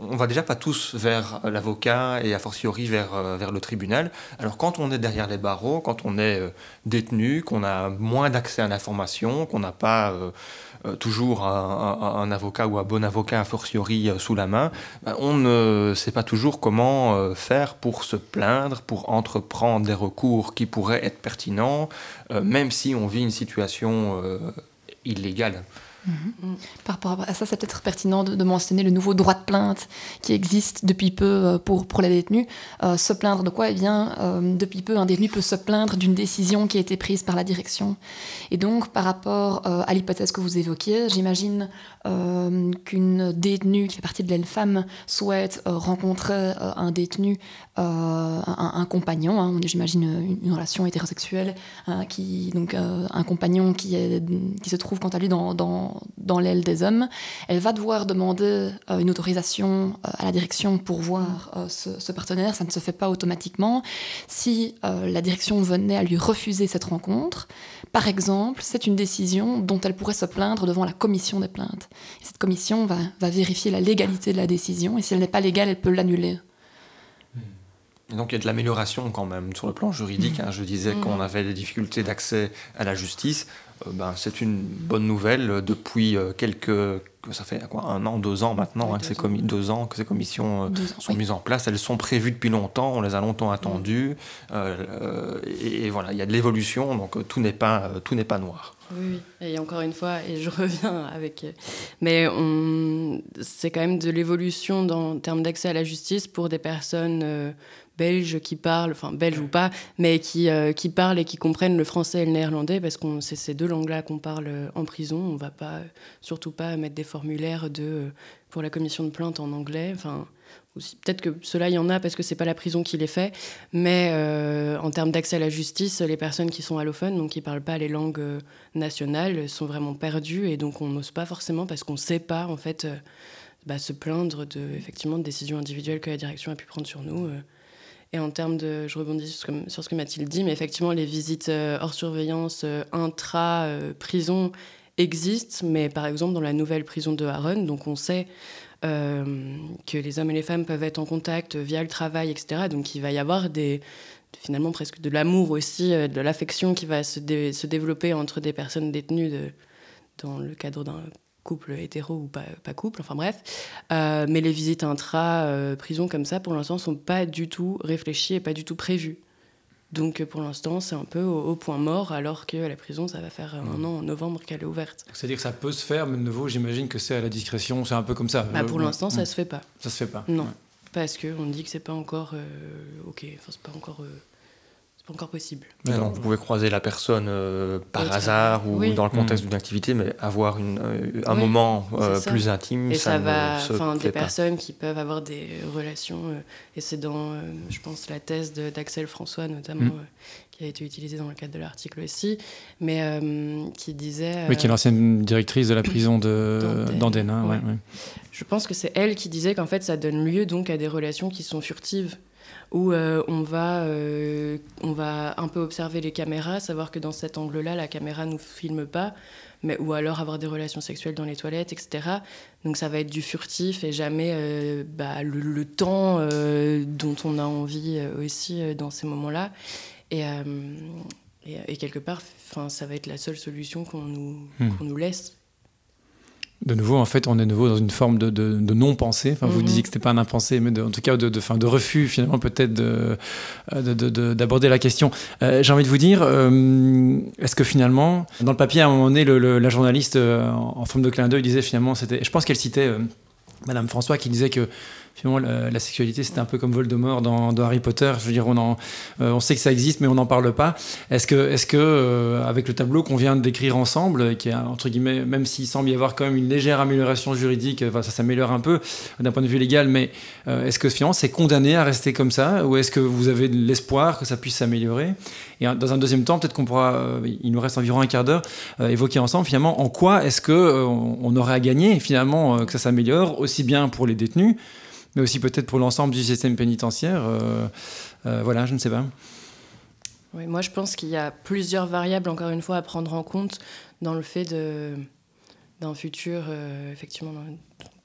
pas tous vers l'avocat et a fortiori vers le tribunal. Alors quand on est derrière les barreaux, quand on est détenu, qu'on a moins d'accès à l'information, qu'on n'a pas toujours un avocat ou un bon avocat a fortiori sous la main, on ne sait pas toujours comment faire pour se plaindre, pour entreprendre des recours qui pourraient être pertinents, même si on vit une situation illégale. Par rapport à ça, c'est peut-être pertinent de mentionner le nouveau droit de plainte qui existe depuis peu pour les détenus. Se plaindre de quoi ? Eh bien, depuis peu, un détenu peut se plaindre d'une décision qui a été prise par la direction. Et donc, par rapport à l'hypothèse que vous évoquiez, j'imagine qu'une détenue qui fait partie de l'aile-femme souhaite rencontrer un détenu, un compagnon, hein, j'imagine une relation hétérosexuelle, un compagnon qui se trouve quant à lui dans l'aile des hommes. Elle va devoir demander une autorisation à la direction pour voir ce partenaire. Ça ne se fait pas automatiquement. Si la direction venait à lui refuser cette rencontre, par exemple, c'est une décision dont elle pourrait se plaindre devant la commission des plaintes. Et cette commission va vérifier la légalité de la décision, et si elle n'est pas légale, elle peut l'annuler. Et donc il y a de l'amélioration quand même sur le plan juridique. Hein. Je disais qu'on avait des difficultés d'accès à la justice. C'est une bonne nouvelle depuis ça fait quoi, 1 an, 2 ans maintenant, oui, 2 ans que ces commissions sont mises en place. Elles sont prévues depuis longtemps, on les a longtemps attendues. Et voilà, il y a de l'évolution, donc tout n'est pas noir. Oui, et encore une fois, et je reviens avec... Mais c'est quand même de l'évolution en termes d'accès à la justice pour des personnes belges qui parlent, enfin belges ou pas, mais qui parlent et qui comprennent le français et le néerlandais, parce que c'est ces 2 langues-là qu'on parle en prison. On ne va surtout pas mettre des formulaires pour la commission de plainte en anglais. Enfin, aussi, peut-être que cela, il y en a parce que ce n'est pas la prison qui les fait, mais en termes d'accès à la justice, les personnes qui sont allophones, donc qui ne parlent pas les langues nationales, sont vraiment perdues, et donc on n'ose pas forcément parce qu'on ne sait pas en fait se plaindre effectivement de décisions individuelles que la direction a pu prendre sur nous. Et en termes je rebondis sur ce que Mathilde dit, mais effectivement, les visites hors surveillance intra-prison existent, mais par exemple, dans la nouvelle prison de Harren, donc on sait que les hommes et les femmes peuvent être en contact via le travail, etc. Donc il va y avoir finalement presque de l'amour aussi, de l'affection qui va se développer entre des personnes détenues dans le cadre d'un couple hétéro ou pas couple, enfin bref. Mais les visites intra-prison comme ça, pour l'instant, ne sont pas du tout réfléchies et pas du tout prévues. Donc pour l'instant, c'est un peu au point mort, alors que la prison, ça va faire 1 an en novembre qu'elle est ouverte. C'est-à-dire que ça peut se faire, mais de nouveau, j'imagine que c'est à la discrétion, c'est un peu comme ça. Pour l'instant, ça se fait pas. Ça se fait pas. Non, parce qu'on dit que c'est pas encore ok, enfin c'est pas encore possible. Mais donc, vous pouvez croiser la personne par hasard ou dans le contexte d'une activité, mais avoir un moment plus intime, et ça va, ne se fait des pas. Personnes qui peuvent avoir des relations, et c'est dans, je pense, la thèse d'Axel François notamment, qui a été utilisée dans le cadre de l'article aussi, mais qui disait... Oui, qui est l'ancienne directrice de la prison d'Andenne. Hein, ouais. Je pense que c'est elle qui disait qu'en fait, ça donne lieu donc à des relations qui sont furtives, où on va un peu observer les caméras, savoir que dans cet angle-là, la caméra ne nous filme pas, ou alors avoir des relations sexuelles dans les toilettes, etc. Donc ça va être du furtif et jamais le temps dont on a envie aussi dans ces moments-là. Et quelque part, ça va être la seule solution qu'on nous laisse. De nouveau, en fait, on est de nouveau dans une forme de non-pensée. Enfin, vous disiez que c'était pas un impensé, mais en tout cas de refus, finalement, peut-être d'aborder la question. J'ai envie de vous dire, est-ce que finalement, dans le papier, à un moment donné, la journaliste, en forme de clin d'œil, disait finalement, je pense qu'elle citait Madame François, qui disait que finalement la sexualité c'était un peu comme Voldemort dans Harry Potter. Je veux dire, on sait que ça existe, mais on n'en parle pas. Est-ce que avec le tableau qu'on vient de décrire ensemble, qui est entre guillemets, même s'il semble y avoir quand même une légère amélioration juridique, ça s'améliore un peu d'un point de vue légal, mais est-ce que finalement c'est condamné à rester comme ça, ou est-ce que vous avez de l'espoir que ça puisse s'améliorer? Et dans un deuxième temps, peut-être qu'on pourra, il nous reste environ un quart d'heure, évoquer ensemble finalement en quoi est-ce que on aurait à gagner finalement que ça s'améliore, aussi bien pour les détenus, mais aussi peut-être pour l'ensemble du système pénitentiaire. Voilà, je ne sais pas. Oui, moi, je pense qu'il y a plusieurs variables, encore une fois, à prendre en compte dans le fait d'un futur, effectivement,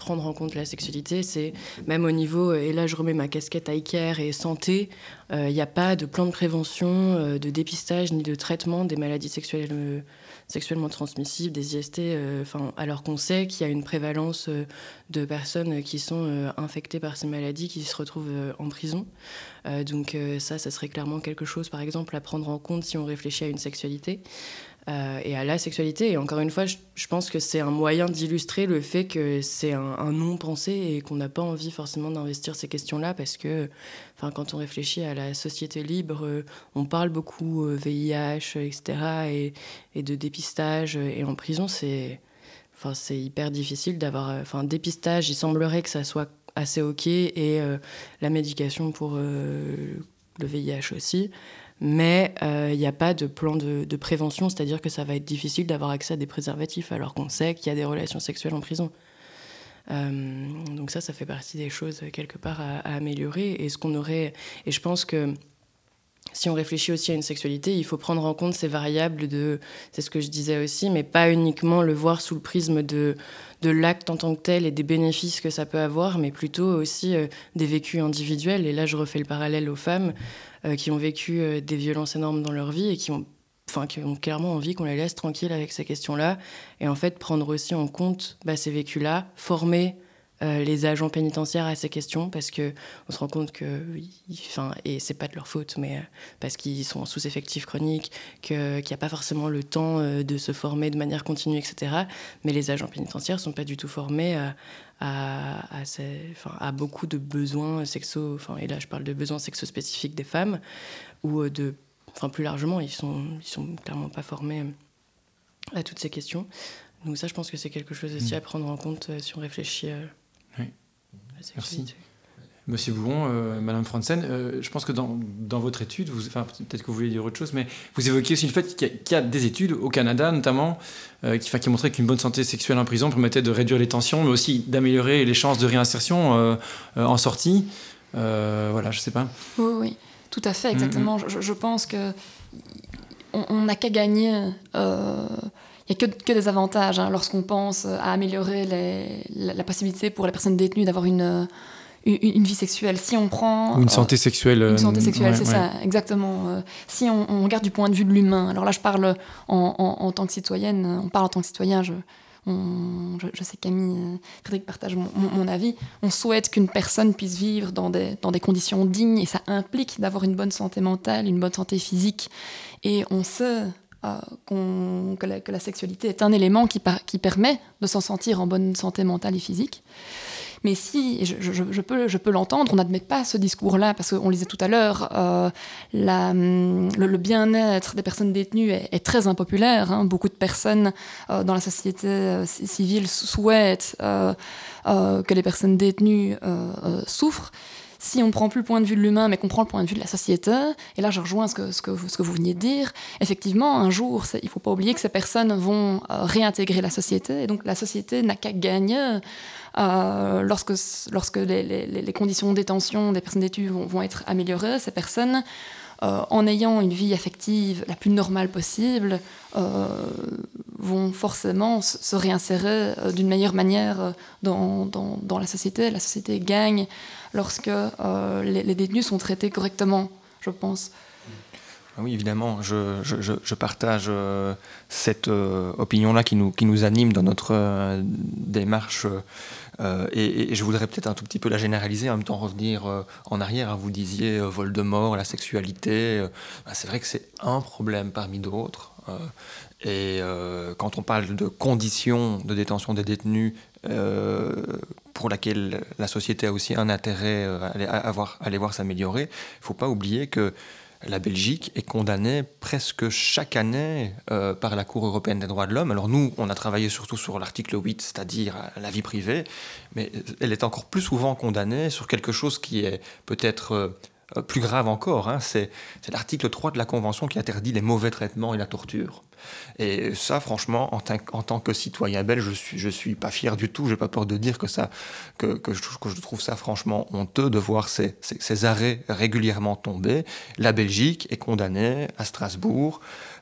prendre en compte la sexualité, c'est même au niveau, et là je remets ma casquette eye care et santé, il n'y a pas de plan de prévention, de dépistage ni de traitement des maladies sexuellement transmissibles, des IST, alors qu'on sait qu'il y a une prévalence de personnes qui sont infectées par ces maladies qui se retrouvent en prison. Donc ça serait clairement quelque chose, par exemple, à prendre en compte si on réfléchit à une sexualité. Et à la sexualité. Et encore une fois, je pense que c'est un moyen d'illustrer le fait que c'est un non-pensé et qu'on n'a pas envie forcément d'investir ces questions-là parce que quand on réfléchit à la société libre, on parle beaucoup VIH, etc. et de dépistage. Et en prison, c'est hyper difficile d'avoir... dépistage, il semblerait que ça soit assez OK et la médication pour le VIH aussi. Mais il n'y a pas de plan de prévention, c'est-à-dire que ça va être difficile d'avoir accès à des préservatifs alors qu'on sait qu'il y a des relations sexuelles en prison. Donc ça fait partie des choses quelque part à améliorer. Et je pense que si on réfléchit aussi à une sexualité, il faut prendre en compte ces variables c'est ce que je disais aussi, mais pas uniquement le voir sous le prisme de l'acte en tant que tel et des bénéfices que ça peut avoir, mais plutôt aussi des vécus individuels. Et là, je refais le parallèle aux femmes qui ont vécu des violences énormes dans leur vie et qui ont clairement envie qu'on les laisse tranquilles avec ces questions-là. Et en fait, prendre aussi en compte ces vécus-là, former les agents pénitentiaires à ces questions, parce qu'on se rend compte que, et c'est pas de leur faute, mais parce qu'ils sont en sous-effectif chronique, qu'il n'y a pas forcément le temps de se former de manière continue, etc. Mais les agents pénitentiaires sont pas du tout formés à beaucoup de besoins sexo, et là je parle de besoins sexo-spécifiques des femmes, ou plus largement, ils sont clairement pas formés à toutes ces questions. Donc ça, je pense que c'est quelque chose aussi à prendre en compte si on réfléchit oui. Merci. Monsieur Bouon, Madame Franzen, je pense que dans votre étude, peut-être que vous voulez dire autre chose, mais vous évoquez aussi le fait qu'il y a des études au Canada notamment qui montraient qu'une bonne santé sexuelle en prison permettait de réduire les tensions, mais aussi d'améliorer les chances de réinsertion en sortie. Voilà, je sais pas. Oui, tout à fait, exactement. Je pense que on n'a qu'à gagner. Il n'y a que des avantages lorsqu'on pense à améliorer la possibilité pour les personnes détenues d'avoir une vie sexuelle. Si on prend... Ou une santé sexuelle. Une santé sexuelle, c'est ça, exactement. Si on regarde du point de vue de l'humain, alors là je parle en tant que citoyenne, on parle en tant que citoyen, je sais que Camille, Frédéric partagent mon avis, on souhaite qu'une personne puisse vivre dans des conditions dignes et ça implique d'avoir une bonne santé mentale, une bonne santé physique. Et on sait... que la sexualité est un élément qui permet de s'en sentir en bonne santé mentale et physique. Mais si, et je peux l'entendre, on n'admet pas ce discours-là, parce qu'on le disait tout à l'heure, le bien-être des personnes détenues est très impopulaire. Beaucoup de personnes dans la société civile souhaitent que les personnes détenues souffrent. Si on ne prend plus le point de vue de l'humain, mais qu'on prend le point de vue de la société, et là je rejoins ce que vous veniez de dire, effectivement, un jour, il ne faut pas oublier que ces personnes vont réintégrer la société, et donc la société n'a qu'à gagner lorsque les conditions de détention des personnes détenues vont être améliorées. Ces personnes, en ayant une vie affective la plus normale possible, vont forcément se réinsérer d'une meilleure manière dans la société. La société gagne lorsque les détenus sont traités correctement, je pense. Oui, évidemment, je partage cette opinion-là qui nous anime dans notre démarche et je voudrais peut-être un tout petit peu la généraliser, en même temps revenir en arrière. Vous disiez Voldemort, la sexualité, c'est vrai que c'est un problème parmi d'autres. Et quand on parle de conditions de détention des détenus pour laquelle la société a aussi un intérêt à aller voir s'améliorer, il ne faut pas oublier que la Belgique est condamnée presque chaque année par la Cour européenne des droits de l'homme. Alors nous, on a travaillé surtout sur l'article 8, c'est-à-dire la vie privée, mais elle est encore plus souvent condamnée sur quelque chose qui est peut-être plus grave encore. C'est l'article 3 de la Convention qui interdit les mauvais traitements et la torture. Et ça, franchement, en tant que citoyen belge, je suis pas fier du tout. J'ai pas peur de dire que je trouve ça franchement honteux de voir ces arrêts régulièrement tomber. La Belgique est condamnée à Strasbourg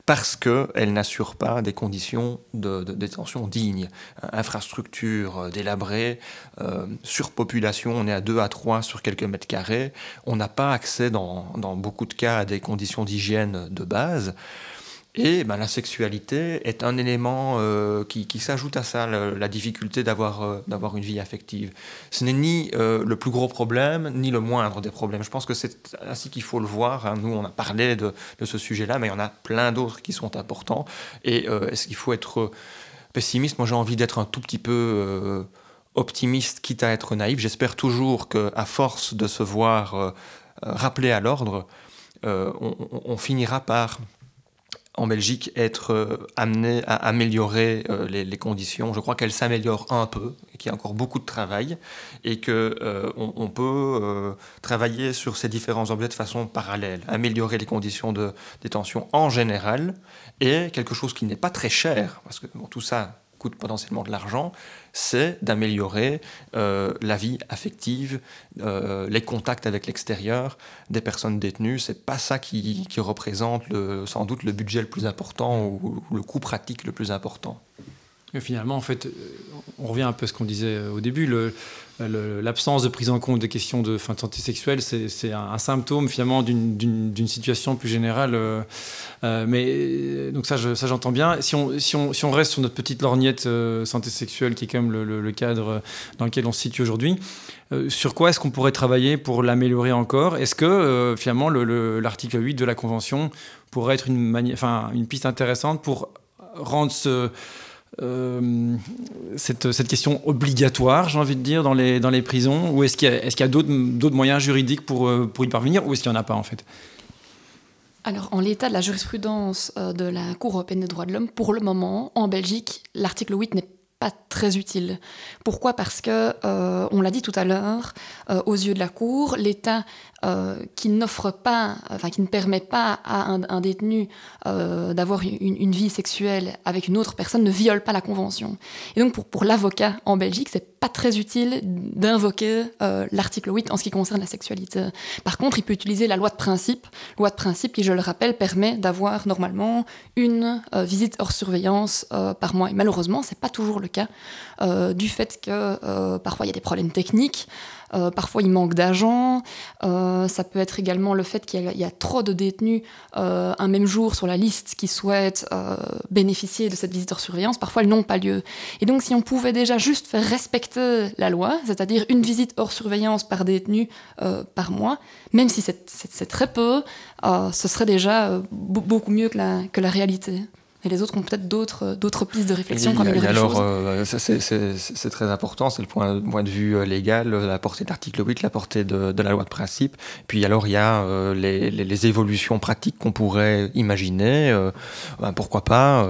parce qu'elle n'assure pas des conditions de détention dignes. Infrastructures délabrées, surpopulation, on est à 2 à 3 sur quelques mètres carrés, on n'a pas accès dans beaucoup de cas à des conditions d'hygiène de base. Et la sexualité est un élément qui s'ajoute à ça, la difficulté d'avoir une vie affective. Ce n'est ni le plus gros problème, ni le moindre des problèmes. Je pense que c'est ainsi qu'il faut le voir. Nous, on a parlé de ce sujet-là, mais il y en a plein d'autres qui sont importants. Et est-ce qu'il faut être pessimiste ? Moi, j'ai envie d'être un tout petit peu optimiste, quitte à être naïf. J'espère toujours qu'à force de se voir rappeler à l'ordre, on finira par... en Belgique, être amené à améliorer les conditions. Je crois qu'elles s'améliorent un peu, qu'il y a encore beaucoup de travail, et qu'on peut travailler sur ces différents objets de façon parallèle, améliorer les conditions de détention en général, et quelque chose qui n'est pas très cher, parce que tout ça coûte potentiellement de l'argent, c'est d'améliorer la vie affective, les contacts avec l'extérieur des personnes détenues. C'est pas ça qui représente sans doute le budget le plus important ou le coût pratique le plus important. Et finalement, en fait, on revient un peu à ce qu'on disait au début. L'absence de prise en compte des questions de santé sexuelle, c'est un symptôme finalement d'une situation plus générale. Mais donc ça j'entends bien. Si on reste sur notre petite lorgnette santé sexuelle, qui est quand même le cadre dans lequel on se situe aujourd'hui, sur quoi est-ce qu'on pourrait travailler pour l'améliorer encore ? Est-ce que finalement l'article 8 de la Convention pourrait être une piste intéressante pour rendre cette question obligatoire, j'ai envie de dire, dans les prisons, ou est-ce qu'il y a d'autres moyens juridiques pour y parvenir, ou est-ce qu'il n'y en a pas en fait ? Alors, en l'état de la jurisprudence de la Cour européenne des droits de l'homme, pour le moment, en Belgique, l'article 8 n'est pas très utile. Pourquoi ? Parce que, on l'a dit tout à l'heure, aux yeux de la Cour, l'État qui n'offre pas, qui ne permet pas à un détenu d'avoir une vie sexuelle avec une autre personne ne viole pas la Convention. Et donc pour l'avocat en Belgique, c'est pas très utile d'invoquer l'article 8 en ce qui concerne la sexualité. Par contre, il peut utiliser la loi de principe qui, je le rappelle, permet d'avoir normalement une visite hors surveillance par mois. Et malheureusement, c'est pas toujours le cas du fait que parfois il y a des problèmes techniques. Parfois, il manque d'agents. Ça peut être également le fait qu'il y a trop de détenus un même jour sur la liste qui souhaitent bénéficier de cette visite hors surveillance. Parfois, elles n'ont pas lieu. Et donc, si on pouvait déjà juste faire respecter la loi, c'est-à-dire une visite hors surveillance par détenu par mois, même si c'est très peu, ce serait déjà beaucoup mieux que la réalité. Et les autres ont peut-être d'autres pistes de réflexion pour améliorer les choses. C'est très important, c'est le point de vue légal, la portée de l'article 8, la portée de la loi de principe. Puis alors, il y a les évolutions pratiques qu'on pourrait imaginer. Pourquoi pas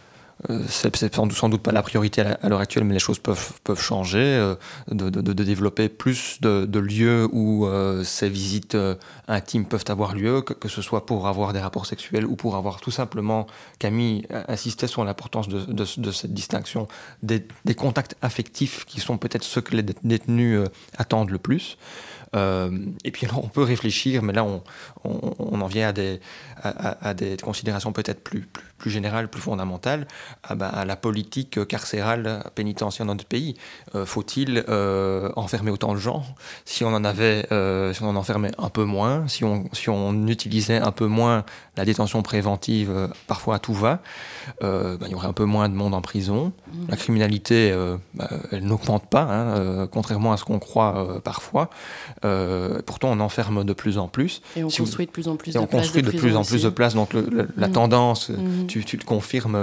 c'est sans doute pas la priorité à l'heure actuelle, mais les choses peuvent changer, de développer plus de lieux où ces visites intimes peuvent avoir lieu, que ce soit pour avoir des rapports sexuels ou pour avoir tout simplement, Camille insistait sur l'importance de cette distinction des contacts affectifs qui sont peut-être ceux que les détenus attendent le plus. Et puis alors on peut réfléchir, mais là on en vient à des considérations peut-être plus générales, plus fondamentales, à la politique carcérale pénitentiaire dans notre pays. Faut-il enfermer autant de gens ? Si on en enfermait un peu moins, si on utilisait un peu moins la détention préventive, parfois à tout va, il y aurait un peu moins de monde en prison. La criminalité, elle n'augmente pas, contrairement à ce qu'on croit parfois. Pourtant, on enferme de plus en plus. Et on construit de plus en plus de places. On construit de plus en plus de places. Donc la tendance, tu le confirmes,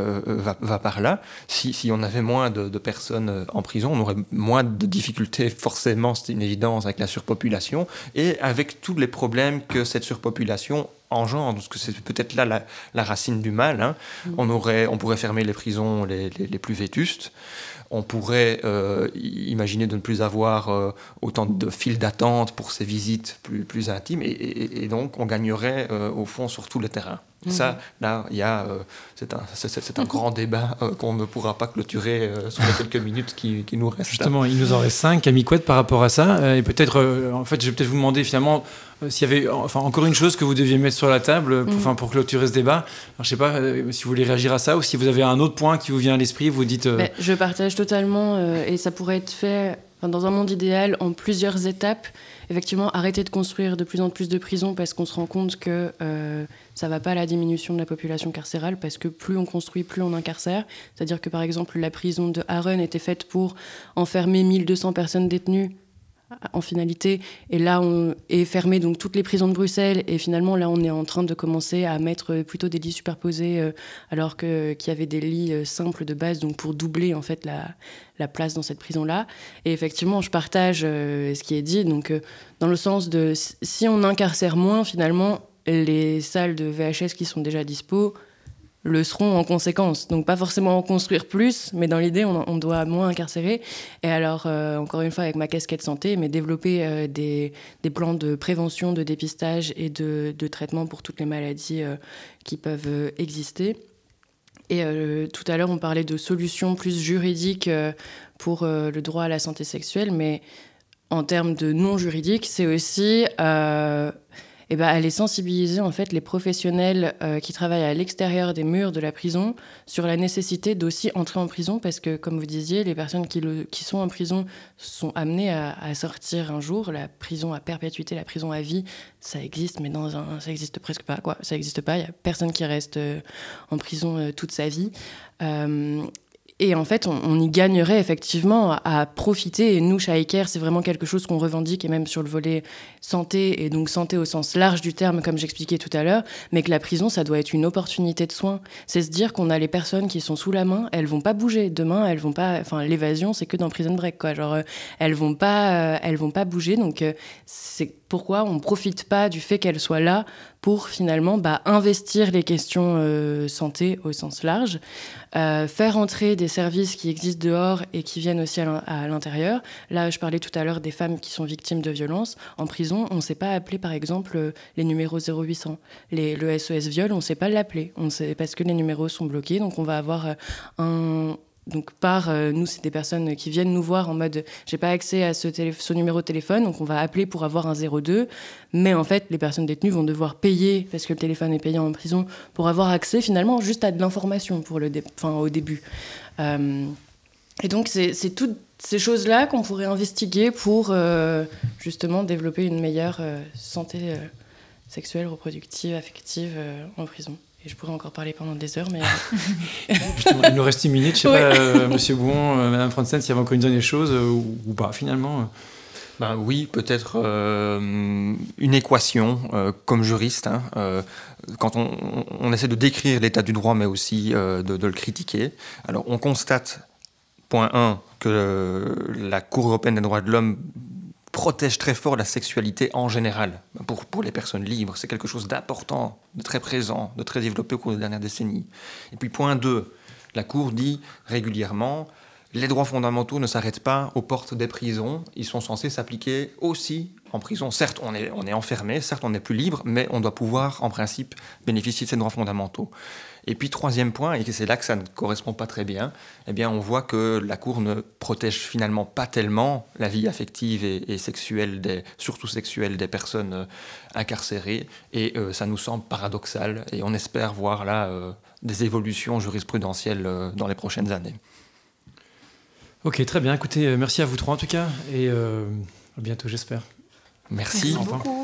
va par là. Si on avait moins de personnes en prison, on aurait moins de difficultés, forcément, c'est une évidence, avec la surpopulation et avec tous les problèmes que cette surpopulation engendre, parce que c'est peut-être là la racine du mal. On pourrait fermer les prisons les plus vétustes. On pourrait imaginer de ne plus avoir autant de files d'attente pour ces visites plus intimes, et donc on gagnerait au fond sur tout le terrain. Ça, là, c'est un grand débat qu'on ne pourra pas clôturer sur les quelques minutes qui nous restent. Justement, il nous en reste 5. Camille Couette, par rapport à ça, et peut-être, en fait, je vais peut-être vous demander finalement s'il y avait, encore une chose que vous deviez mettre sur la table pour clôturer ce débat. Alors, je sais pas si vous voulez réagir à ça ou si vous avez un autre point qui vous vient à l'esprit, vous dites... Je partage totalement et ça pourrait être fait dans un monde idéal en plusieurs étapes. Effectivement, arrêter de construire de plus en plus de prisons parce qu'on se rend compte que ça ne va pas à la diminution de la population carcérale parce que plus on construit, plus on incarcère. C'est-à-dire que par exemple, la prison de Harren était faite pour enfermer 1200 personnes détenues en finalité, et là on est fermé donc toutes les prisons de Bruxelles, et finalement là on est en train de commencer à mettre plutôt des lits superposés alors qu'il y avait des lits simples de base, donc pour doubler en fait la place dans cette prison là. Et effectivement je partage ce qui est dit, donc dans le sens de si on incarcère moins, finalement les salles de VHS qui sont déjà dispo le seront en conséquence. Donc pas forcément en construire plus, mais dans l'idée, on doit moins incarcérer. Et alors, encore une fois, avec ma casquette santé, mais développer des plans de prévention, de dépistage et de traitement pour toutes les maladies qui peuvent exister. Et tout à l'heure, on parlait de solutions plus juridiques pour le droit à la santé sexuelle, mais en termes de non juridique, c'est aussi... aller sensibiliser en fait les professionnels qui travaillent à l'extérieur des murs de la prison sur la nécessité d'aussi entrer en prison, parce que comme vous disiez, les personnes qui sont en prison sont amenées à sortir un jour. La prison à perpétuité, la prison à vie, ça existe, mais ça existe presque pas, quoi. Ça existe pas, il y a personne qui reste en prison toute sa vie. Et en fait, on y gagnerait effectivement à profiter. Et nous, chez iCare, c'est vraiment quelque chose qu'on revendique, et même sur le volet santé, et donc santé au sens large du terme, comme j'expliquais tout à l'heure, mais que la prison, ça doit être une opportunité de soins. C'est se dire qu'on a les personnes qui sont sous la main, elles vont pas bouger. Demain, elles vont pas... Enfin, l'évasion, c'est que dans Prison Break, quoi. Genre, elles vont pas bouger. Donc, c'est pourquoi on profite pas du fait qu'elles soient là pour finalement investir les questions santé au sens large, faire entrer des services qui existent dehors et qui viennent aussi à l'intérieur. Là, je parlais tout à l'heure des femmes qui sont victimes de violences. En prison, on ne sait pas appeler, par exemple, les numéros 0800. Le SOS viol, on ne sait pas l'appeler. Parce que les numéros sont bloqués. Donc, on va avoir Donc nous, c'est des personnes qui viennent nous voir en mode j'ai pas accès à ce numéro de téléphone, donc on va appeler pour avoir un 02. Mais en fait, les personnes détenues vont devoir payer, parce que le téléphone est payant en prison, pour avoir accès finalement juste à de l'information au début. Et donc c'est toutes ces choses-là qu'on pourrait investiguer pour justement développer une meilleure santé sexuelle, reproductive, affective en prison. Et je pourrais encore parler pendant des heures, mais... Il nous reste 10 minutes. Je ne sais pas, Monsieur Bouon, Madame Franzen, s'il y avait encore une dernière chose ou pas, finalement. Oui, peut-être une équation, comme juriste, quand on essaie de décrire l'état du droit, mais aussi de le critiquer. Alors, on constate, point 1, que la Cour européenne des droits de l'homme protège très fort la sexualité en général. Pour les personnes libres, c'est quelque chose d'important, de très présent, de très développé au cours des dernières décennies. Et puis point 2, la Cour dit régulièrement, les droits fondamentaux ne s'arrêtent pas aux portes des prisons, ils sont censés s'appliquer aussi en prison. Certes, on est enfermé, certes, on n'est plus libre, mais on doit pouvoir, en principe, bénéficier de ces droits fondamentaux. Et puis, troisième point, et c'est là que ça ne correspond pas très bien, eh bien, on voit que la Cour ne protège finalement pas tellement la vie affective et sexuelle, surtout sexuelle, des personnes incarcérées. Et ça nous semble paradoxal. Et on espère voir là des évolutions jurisprudentielles dans les prochaines années. Ok, très bien. Écoutez, merci à vous trois en tout cas. Et à bientôt, j'espère. Merci. Merci beaucoup.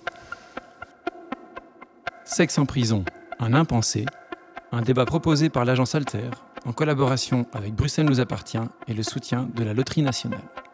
Sexe en prison, un impensé. Un débat proposé par l'agence Alter, en collaboration avec Bruxelles nous appartient et le soutien de la Loterie nationale.